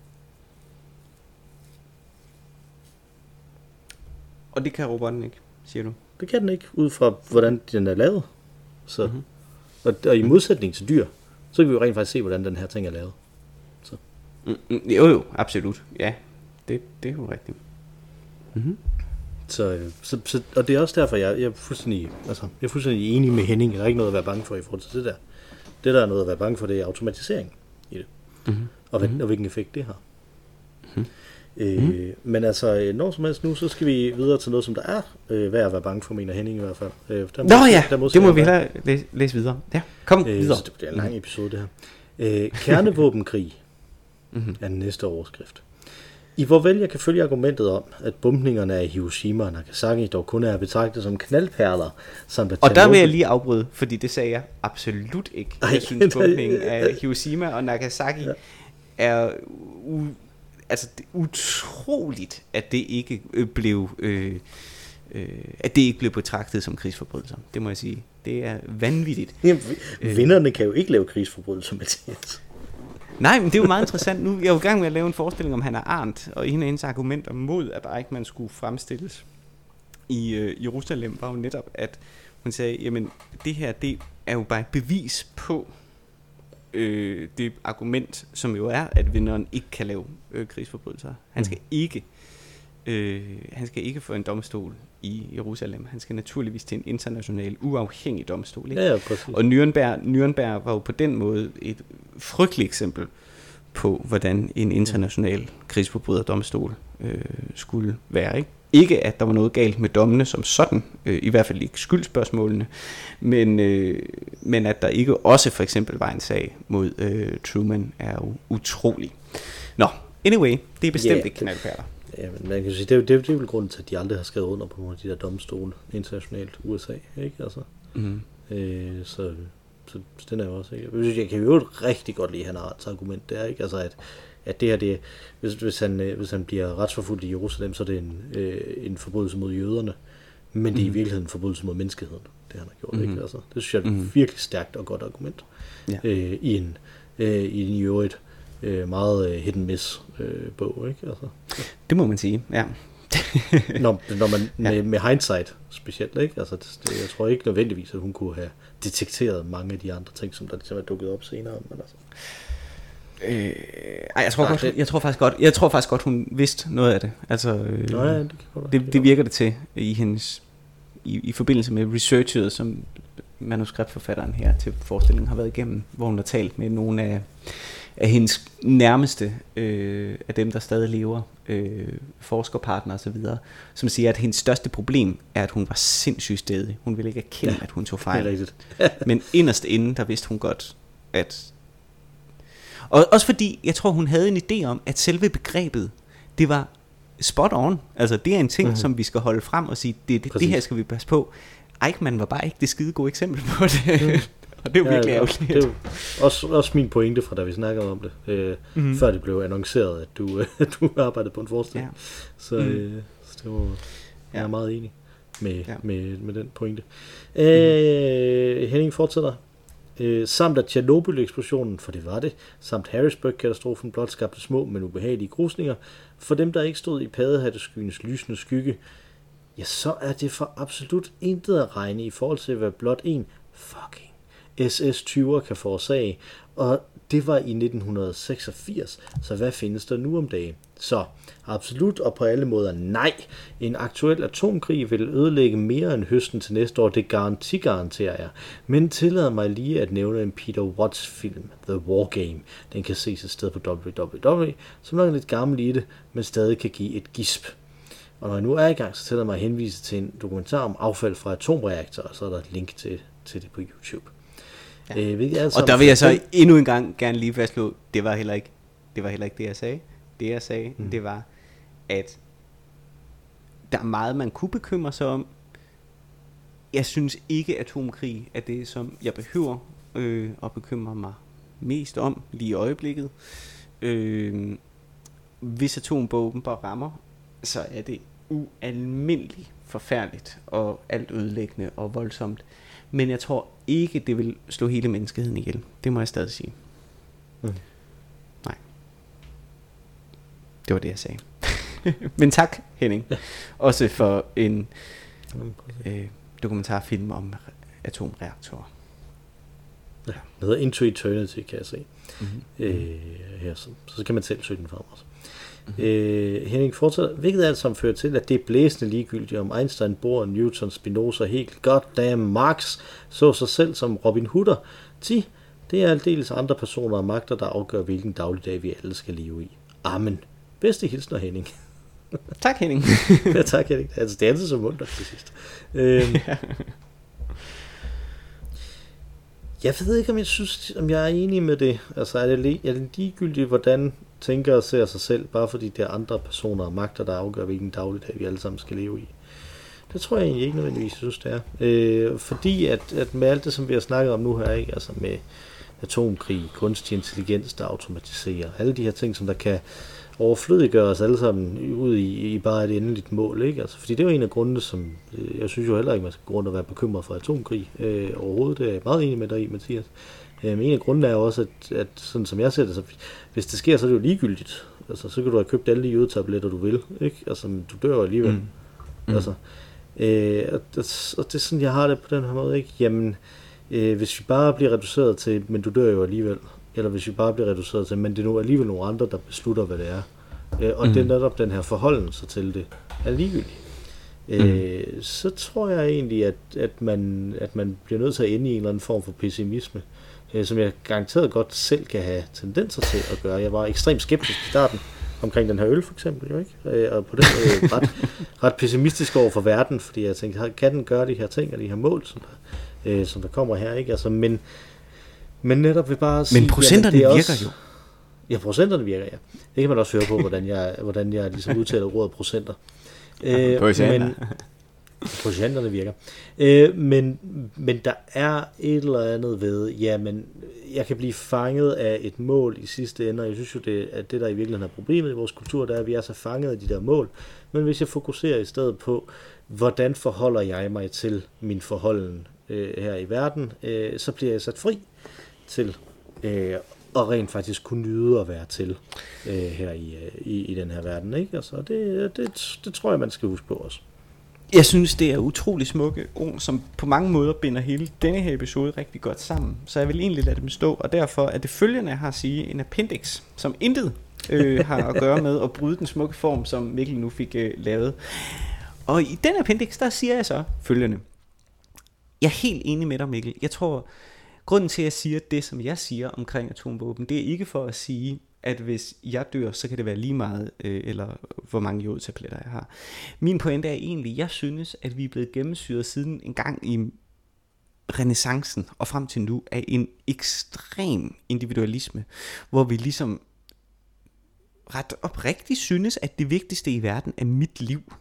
Og det kan robotten ikke, siger du? Det kan den ikke, ud fra hvordan den er lavet. Så. Og i modsætning til dyr, så kan vi jo rent faktisk se, hvordan den her ting er lavet. Så. Jo, absolut. Ja, det er jo rigtigt. Mm-hmm. Så, og det er også derfor, jeg er fuldstændig enig med Henning. Der er ikke noget at være bange for i forhold til det der. Det, der er noget at være bange for, det er automatisering i det. Mm-hmm. Og hvilken effekt det har. Mm-hmm. Men altså, når som helst nu, så skal vi videre til noget, som der er værd at være bange for, mener Henning i hvert fald. Det må vi hellere læse videre. Ja, kom videre. Så det bliver en lang episode, det her. Kernevåbenkrig er den næste overskrift. I hvor vel jeg kan følge argumentet om, at bombningerne af Hiroshima og Nagasaki dog kun er betragtet som knaldperler. Og der vil jeg lige afbryde, fordi det sagde jeg absolut ikke. Jeg synes, bombningen af Hiroshima og Nagasaki er altså det er utroligt, at det ikke blev betragtet som krigsforbrydelser. Det må jeg sige. Det er vanvittigt. Vinderne kan jo ikke lave krigsforbrydelser, Mathias. Nej, men det er jo meget interessant. Nu er jeg jo i gang med at lave en forestilling om Hannah Arendt, og en af hendes argumenter mod, at Eichmann skulle fremstilles i Jerusalem, var jo netop, at hun sagde, jamen det her, det er jo bare et bevis på det argument, som jo er, at vinderen ikke kan lave krigsforbrydelser. Han skal ikke få en domstol i Jerusalem. Han skal naturligvis til en international, uafhængig domstol. Ikke? Ja, og Nürnberg var jo på den måde et frygteligt eksempel på, hvordan en international krigsforbryderdomstol skulle være. Ikke at der var noget galt med dommene som sådan, i hvert fald ikke skyldspørgsmålene, men at der ikke også for eksempel var en sag mod Truman, er jo utrolig. Nå, anyway, det er bestemt ikke knaldperler. Ja, men man kan sige, det er jo grunden til, at de aldrig har skrevet under på nogle af de der domstole internationalt, USA, ikke? Altså, så den er jo også, ikke? Jeg kan jo rigtig godt lide Hannah Arendts argument der, ikke? Altså, at det her, hvis han bliver retsforfulgt i Jerusalem, så er det en forbrydelse mod jøderne, men det er i virkeligheden en forbrydelse mod menneskeheden, det han har gjort, ikke? Altså, det synes jeg er et virkelig stærkt og godt argument i en øvrigt meget hit and miss bog, ikke? Altså. Det må man sige, ja. når man med hindsight specielt, ikke? Altså, jeg tror ikke nødvendigvis, at hun kunne have detekteret mange af de andre ting, som der ligesom er dukket op senere. Men altså. Jeg tror faktisk godt hun vidste noget af det. Altså det virker det til i hendes i forbindelse med researchet, som manuskriptforfatteren her til forestillingen har været igennem, hvor hun har talt med nogle af hendes nærmeste, af dem der stadig lever, forskerpartnere og så videre, som siger, at hendes største problem er, at hun var sindssygt stædig. Hun ville ikke erkende, at hun tog fejl. Men inderst inde, der vidste hun godt, at... Og også fordi, jeg tror, hun havde en idé om, at selve begrebet, det var spot on. Altså, det er en ting, som vi skal holde frem og sige, det her skal vi passe på. Eichmann var bare ikke det skide gode eksempel på det. Og det er jo virkelig ærgerligt. Det er jo også min pointe fra, da vi snakkede om det, før det blev annonceret, at du arbejdede på en forestilling. Ja. Så det var, jeg er meget enig med den pointe. Henning fortsætter. Samt at Tjernobyl-eksplosionen, for det var det, samt Harrisburg-katastrofen blot skabte små, men ubehagelige krusninger, for dem, der ikke stod i paddehatteskyens lysende skygge, ja, så er det for absolut intet at regne i forhold til, hvad blot en fucking SS-20'er kan forårsage, og det var i 1986, så hvad findes der nu om dagen? Så absolut og på alle måder nej. En aktuel atomkrig vil ødelægge mere end høsten til næste år, det garanterer jeg. Men tillad mig lige at nævne en Peter Watts film, The War Game. Den kan ses et sted på www, som nok er lidt gammel i det, men stadig kan give et gisp. Og når jeg nu er i gang, så tillad mig at henvise til en dokumentar om affald fra atomreaktorer, og så er der et link til det på YouTube. Ja. Og der vil jeg så endnu en gang gerne lige fastslå, det var heller ikke det, jeg sagde. Det jeg sagde, det var, at der er meget, man kunne bekymre sig om. Jeg synes ikke, at atomkrig er det, som jeg behøver at bekymre mig mest om lige i øjeblikket. Hvis atombomber rammer, så er det ualmindeligt forfærdeligt og alt ødelæggende og voldsomt. Men jeg tror ikke, det vil slå hele menneskeheden ihjel. Det må jeg stadig sige. Nej. Det var det, jeg sagde. Men tak, Henning. Også for en dokumentarfilm om atomreaktorer. Ja, det hedder Into Eternity, kan jeg se. Her, så kan man selv søge den frem også. Henning fortsætter, hvilket alt sammen fører til, at det er blæsende ligegyldigt, om Einstein, Bohr, Newton, Spinoza, Hegel, goddamn Marx så sig selv som Robin Hooder. Det er aldeles andre personer og magter, der afgør, hvilken dagligdag vi alle skal leve i. Amen. Bedste hilsner, Henning. Tak, Henning. Ja, tak, Henning. Altså, det er altid så mundt til sidst. Jeg ved ikke, om jeg er enig med det. Altså, er det ligegyldigt, hvordan tænker og ser sig selv, bare fordi det er andre personer og magter, der afgør, hvilken dagligdag vi alle sammen skal leve i? Det tror jeg egentlig ikke nødvendigvis, synes det er. Fordi at med alt det, som vi har snakket om nu her, ikke? Altså med atomkrig, kunstig intelligens, der automatiserer, alle de her ting, som der kan overflødiggøre os alle sammen ud i bare et endeligt mål, ikke? Altså, fordi det er jo en af grundene, som jeg synes jo heller ikke, man skal gå rundt og være bekymret for atomkrig overhovedet. Det er jeg meget enig med dig i, Mathias. Men en af grundene er jo også, at sådan som jeg ser det, så hvis det sker, så er det jo ligegyldigt. Altså, så kan du have købt alle de jødetabletter, du vil, ikke? Altså, du dør jo alligevel. Altså, og det er sådan, jeg har det på den her måde, ikke? Jamen, hvis vi bare bliver reduceret til, men du dør jo alligevel, eller hvis vi bare bliver reduceret til, men det er nu alligevel nogle andre, der beslutter, hvad det er. Og det er netop den her forholdelse til det, er ligegyldigt. Så tror jeg egentlig, at man bliver nødt til at ende i en eller anden form for pessimisme, som jeg garanteret godt selv kan have tendenser til at gøre. Jeg var ekstremt skeptisk i starten omkring den her øl for eksempel, jo ikke? Og på den ret pessimistisk over for verden, fordi jeg tænkte, kan den gøre de her ting og de her mål, som der kommer her, ikke? Altså, men netop vil bare sige... Men procenterne virker jo. Ja, procenterne virker, ja. Det kan man også høre på, hvordan jeg ligesom udtaler ordet procenter. Procenterne virker. Men der er et eller andet ved, jamen, jeg kan blive fanget af et mål i sidste ende, og jeg synes jo, at det der i virkeligheden er problemet i vores kultur, der er, at vi er så fanget af de der mål. Men hvis jeg fokuserer i stedet på, hvordan forholder jeg mig til min forholden her i verden, så bliver jeg sat fri til og rent faktisk kunne nyde at være til her i den her verden, ikke? Altså, det tror jeg, man skal huske på også. Jeg synes, det er utrolig smukke ord, som på mange måder binder hele denne her episode rigtig godt sammen. Så jeg vil egentlig lade dem stå, og derfor er det følgende, jeg har at sige, en appendix, som intet har at gøre med at bryde den smukke form, som Mikkel nu fik lavet. Og i den appendix, der siger jeg så følgende. Jeg er helt enig med dig, Mikkel. Jeg tror, grunden til, at jeg siger det, som jeg siger omkring atomvåben, det er ikke for at sige, at hvis jeg dør, så kan det være lige meget, eller hvor mange jodtabletter jeg har. Min pointe er egentlig, jeg synes, at vi er blevet gennemsyret siden en gang i renæssancen og frem til nu af en ekstrem individualisme, hvor vi ligesom ret oprigtigt synes, at det vigtigste i verden er mit liv.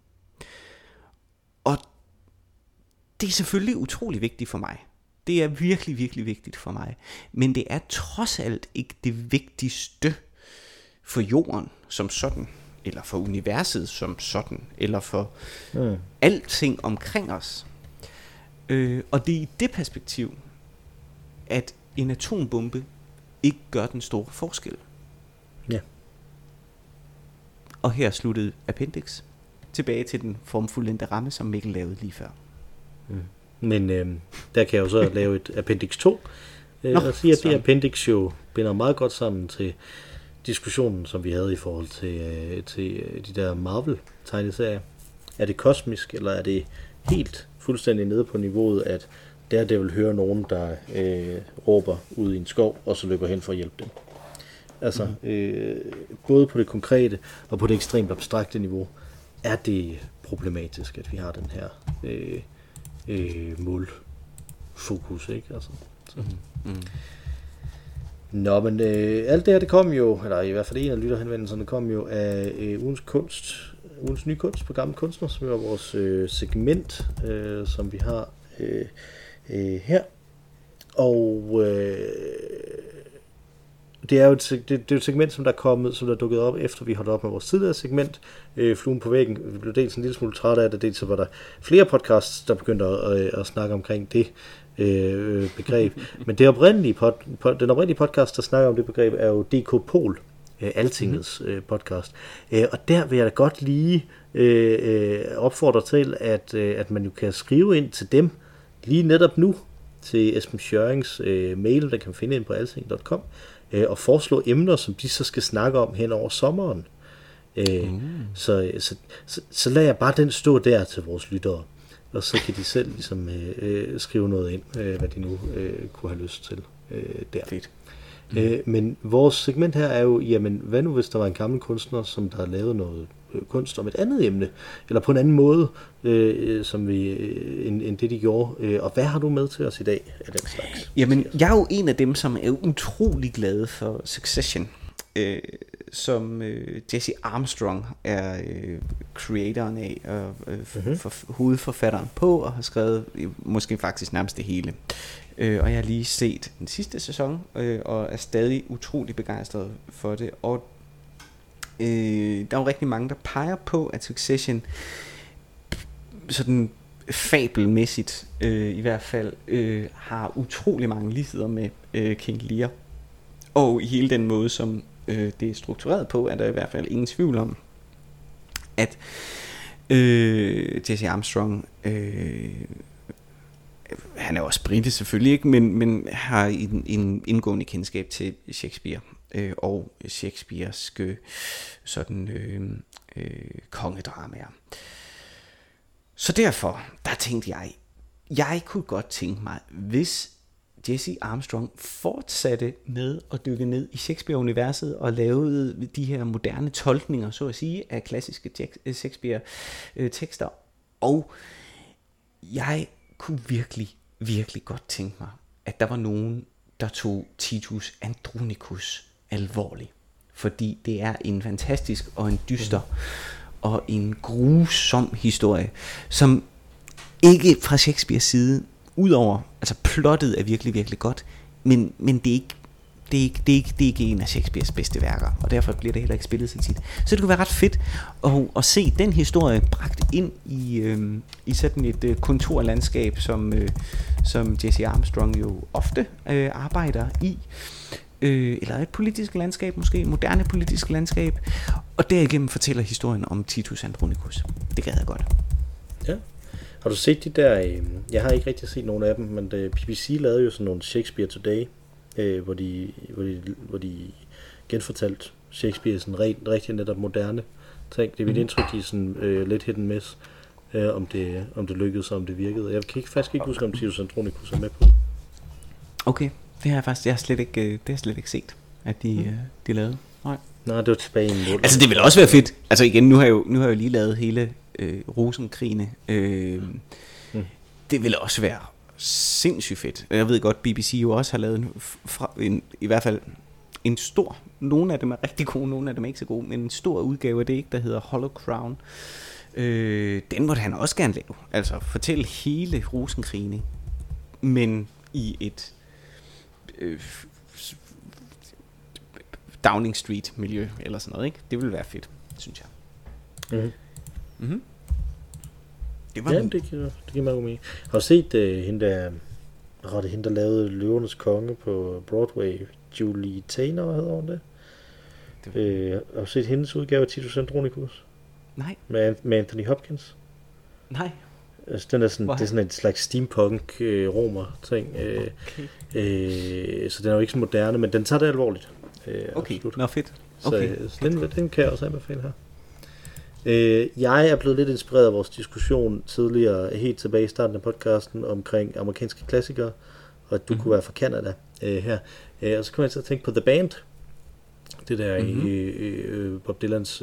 Og det er selvfølgelig utrolig vigtigt for mig. Det er virkelig, virkelig vigtigt for mig. Men det er trods alt ikke det vigtigste for jorden som sådan, eller for universet som sådan, eller for alting omkring os. Og det er i det perspektiv, at en atombombe ikke gør den store forskel. Ja. Og her sluttede appendix. Tilbage til den formfuldendte ramme, som Mikkel lavede lige før. Men der kan jeg jo så lave et appendix 2 og sige, at det appendix jo binder meget godt sammen til diskussionen, som vi havde i forhold til de der Marvel-tegneserier. Er det kosmisk, eller er det helt fuldstændig nede på niveauet, at Daredevil hører nogen, der råber ud i en skov, og så løber hen for at hjælpe dem? Altså, både på det konkrete og på det ekstremt abstrakte niveau, er det problematisk, at vi har den her målfokus, ikke? Altså, så. Nå, men alt det her, det kom jo, eller i hvert fald en af lytterhenvendelserne, kom jo af ugens nye kunst på Gamle Kunstner, som er vores segment, som vi har her. Og det er jo et segment, som der er kommet, som der er dukket op, efter vi holdt op med vores tidligere segment, Fluen på væggen. Vi blev dels en lille smule trætte af det, dels så var der flere podcasts, der begyndte at snakke omkring det begreb. Men den oprindelige podcast, der snakker om det begreb, er jo DK Pol, Altingets podcast. Og der vil jeg da godt lige opfordre til, at man jo kan skrive ind til dem lige netop nu, til Esben Schørings mail, der kan finde ind på alting.com, og foreslå emner, som de så skal snakke om hen over sommeren. Så lader jeg bare den stå der til vores lyttere, og så kan de selv ligesom skrive noget ind, hvad de nu kunne have lyst til der. Fedt. Men vores segment her er jo, jamen, hvad nu hvis der var en gammel kunstner, som der har lavet noget kunst om et andet emne, eller på en anden måde, end det de gjorde. Og hvad har du med til os i dag af den slags? Jamen, jeg er jo en af dem, som er utrolig glade for Succession, som Jesse Armstrong er creatoren af, og hovedforfatteren på, og har skrevet måske faktisk nærmest det hele. Og jeg har lige set den sidste sæson, og er stadig utrolig begejstret for det. Og der er jo rigtig mange, der peger på, at Succession sådan fabelmæssigt i hvert fald har utrolig mange ligheder med King Lear. Og i hele den måde, som det er struktureret på, er der i hvert fald ingen tvivl om, at Jesse Armstrong, han er også brite selvfølgelig ikke, men har en indgående kendskab til Shakespeare og Shakespeares sådan kongedramaer. Så derfor, der tænkte jeg kunne godt tænke mig, hvis Jesse Armstrong fortsatte med at dykke ned i Shakespeare-universet og lavede de her moderne tolkninger, så at sige, af klassiske Shakespeare-tekster. Og jeg kunne virkelig, virkelig godt tænke mig, at der var nogen, der tog Titus Andronicus alvorligt. Fordi det er en fantastisk og en dyster og en grusom historie, som ikke fra Shakespeares side, udover, altså plottet er virkelig, virkelig godt, men det er ikke en af Shakespeares bedste værker, og derfor bliver det heller ikke spillet så tit. Så det kunne være ret fedt at se den historie bragt ind i sådan et kontorlandskab, som Jesse Armstrong jo ofte arbejder i, eller et politisk landskab, måske et moderne politisk landskab, og derigennem fortæller historien om Titus Andronicus. Det gad jeg godt. Ja. Har du set de der, jeg har ikke rigtig set nogen af dem, men BBC lavede jo sådan nogle Shakespeare Today, hvor de genfortalte Shakespeare sådan rigtig netop moderne ting. Det er mit indtryk, de er sådan lidt hit and miss, om det lykkedes, og om det virkede. Jeg kan faktisk ikke huske, om Titus Andronicus er med på. Okay, det har jeg slet ikke set, at de lavede. Nej, det var tilbage i en. Altså det vil også være fedt. Altså igen, nu har jeg jo lige lavet hele Rosenkrigene. Det vil også være sindssygt fedt. Jeg ved godt, BBC jo også har lavet i hvert fald en stor, nogle af dem er rigtig gode, nogle af dem er ikke så gode, men en stor udgave af det, ikke, der hedder Hollow Crown. Den måtte han også gerne lave. Altså fortælle hele Rosenkrigene, men i et Downing Street miljø eller sådan noget, ikke? Det ville være fedt, synes jeg. Mhm. Det var det giver mig mening. Har du set hende der lavede Løvernes Konge på Broadway, Julie Taylor hedder hun det? Har du set hendes udgave af Titus Andronicus? Nej. Med Anthony Hopkins? Nej. Altså, det er sådan en slags steampunk romer ting. Så den er jo ikke så moderne, men den tager det alvorligt. Okay, nå fedt. Okay. Så den kan jeg også anbefale her. Jeg er blevet lidt inspireret af vores diskussion tidligere, helt tilbage i starten af podcasten, omkring amerikanske klassikere, og at du kunne være fra Canada her. Og så kommer jeg til at tænke på The Band. Det der Bob Dylans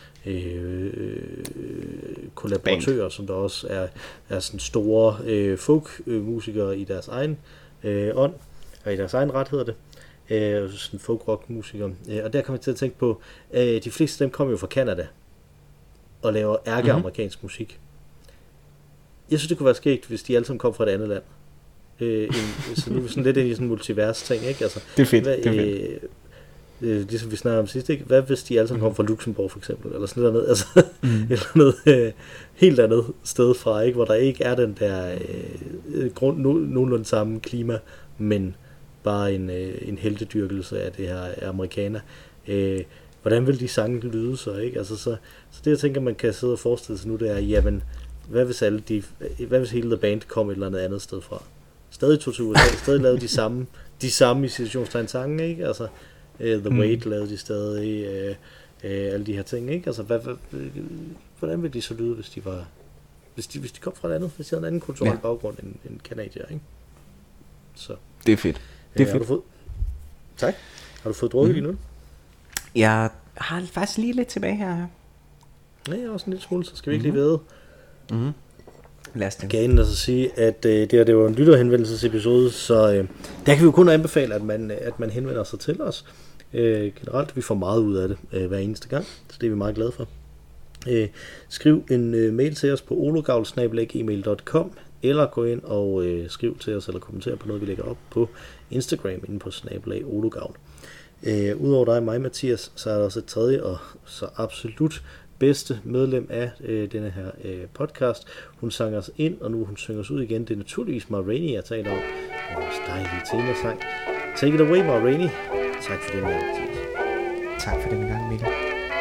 kollaboratører, som der også er sådan store folk-musikere i deres egen ånd, og i deres egen ret hedder det. Sådan folk-rock-musikere. Og der kommer jeg til at tænke på, de fleste af dem kommer jo fra Canada og laver ærkeamerikansk musik. Jeg synes, det kunne være skægt, hvis de alle sammen kom fra et andet land. Så nu er vi sådan lidt ind i sådan en multivers ting, ikke? Altså, det er fedt. Ligesom vi snakkede om sidst, ikke? Hvad hvis de alle sammen kom fra Luxembourg for eksempel, eller sådan noget, altså eller noget helt andet sted fra, ikke? Hvor der ikke er den der nogenlunde samme klima, men bare en heltedyrkelse af det her amerikaner. Hvordan vil de sange lyde så, ikke? Altså, så det, jeg tænker, man kan sidde og forestille sig nu, det er, jamen, hvad hvis hele The Band kom et eller andet sted fra? Stadig tog til USA, stadig lavede de samme i situationstegn sange, ikke? Altså, The Wait lavede de stadig, alle de her ting, ikke? Altså, hvordan ville de så lyde, hvis de kom fra et andet, hvis de havde en anden kulturel baggrund end kanadier, ikke? Så. Det er fedt. Det er fedt. Tak. Har du fået drukket lige nu? Jeg har faktisk lige lidt tilbage her. Ja, jeg er også en lille smule, så skal vi ikke lige vide. Lad os det. Kan jeg altså sige, at det var en lytterhenvendelsesepisode, så der kan vi jo kun anbefale, at man henvender sig til os. Generelt, vi får meget ud af det hver eneste gang, så det er vi meget glade for. Skriv en mail til os på ologavl@gmail.com, eller gå ind og skriv til os, eller kommentere på noget, vi lægger op på Instagram, inde på @ologavl. Udover dig og mig, Mathias, så er der også et tredje og så absolut bedste medlem af denne her podcast. Hun sang os ind, og nu hun synger os ud igen. Det er naturligvis Ma Rainey, jeg taler om. Vores dejlige temasang. Take it away, Ma Rainey. Tak for denne gang, Mathias. Tak for denne gang, Mikkel.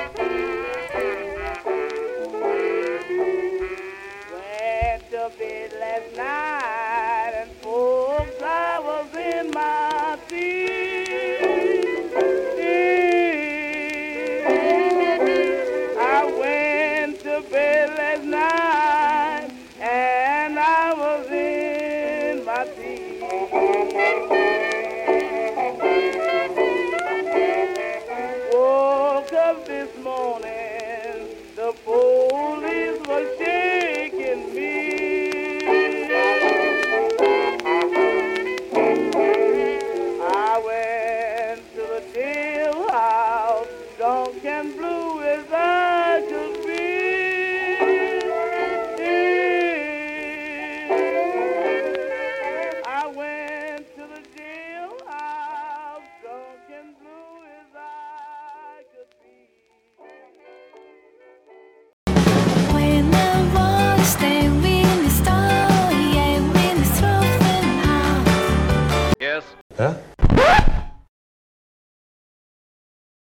Went to bed last night and folks, I was in my seat. I went to bed last night and I was in my seat. Woke up this morning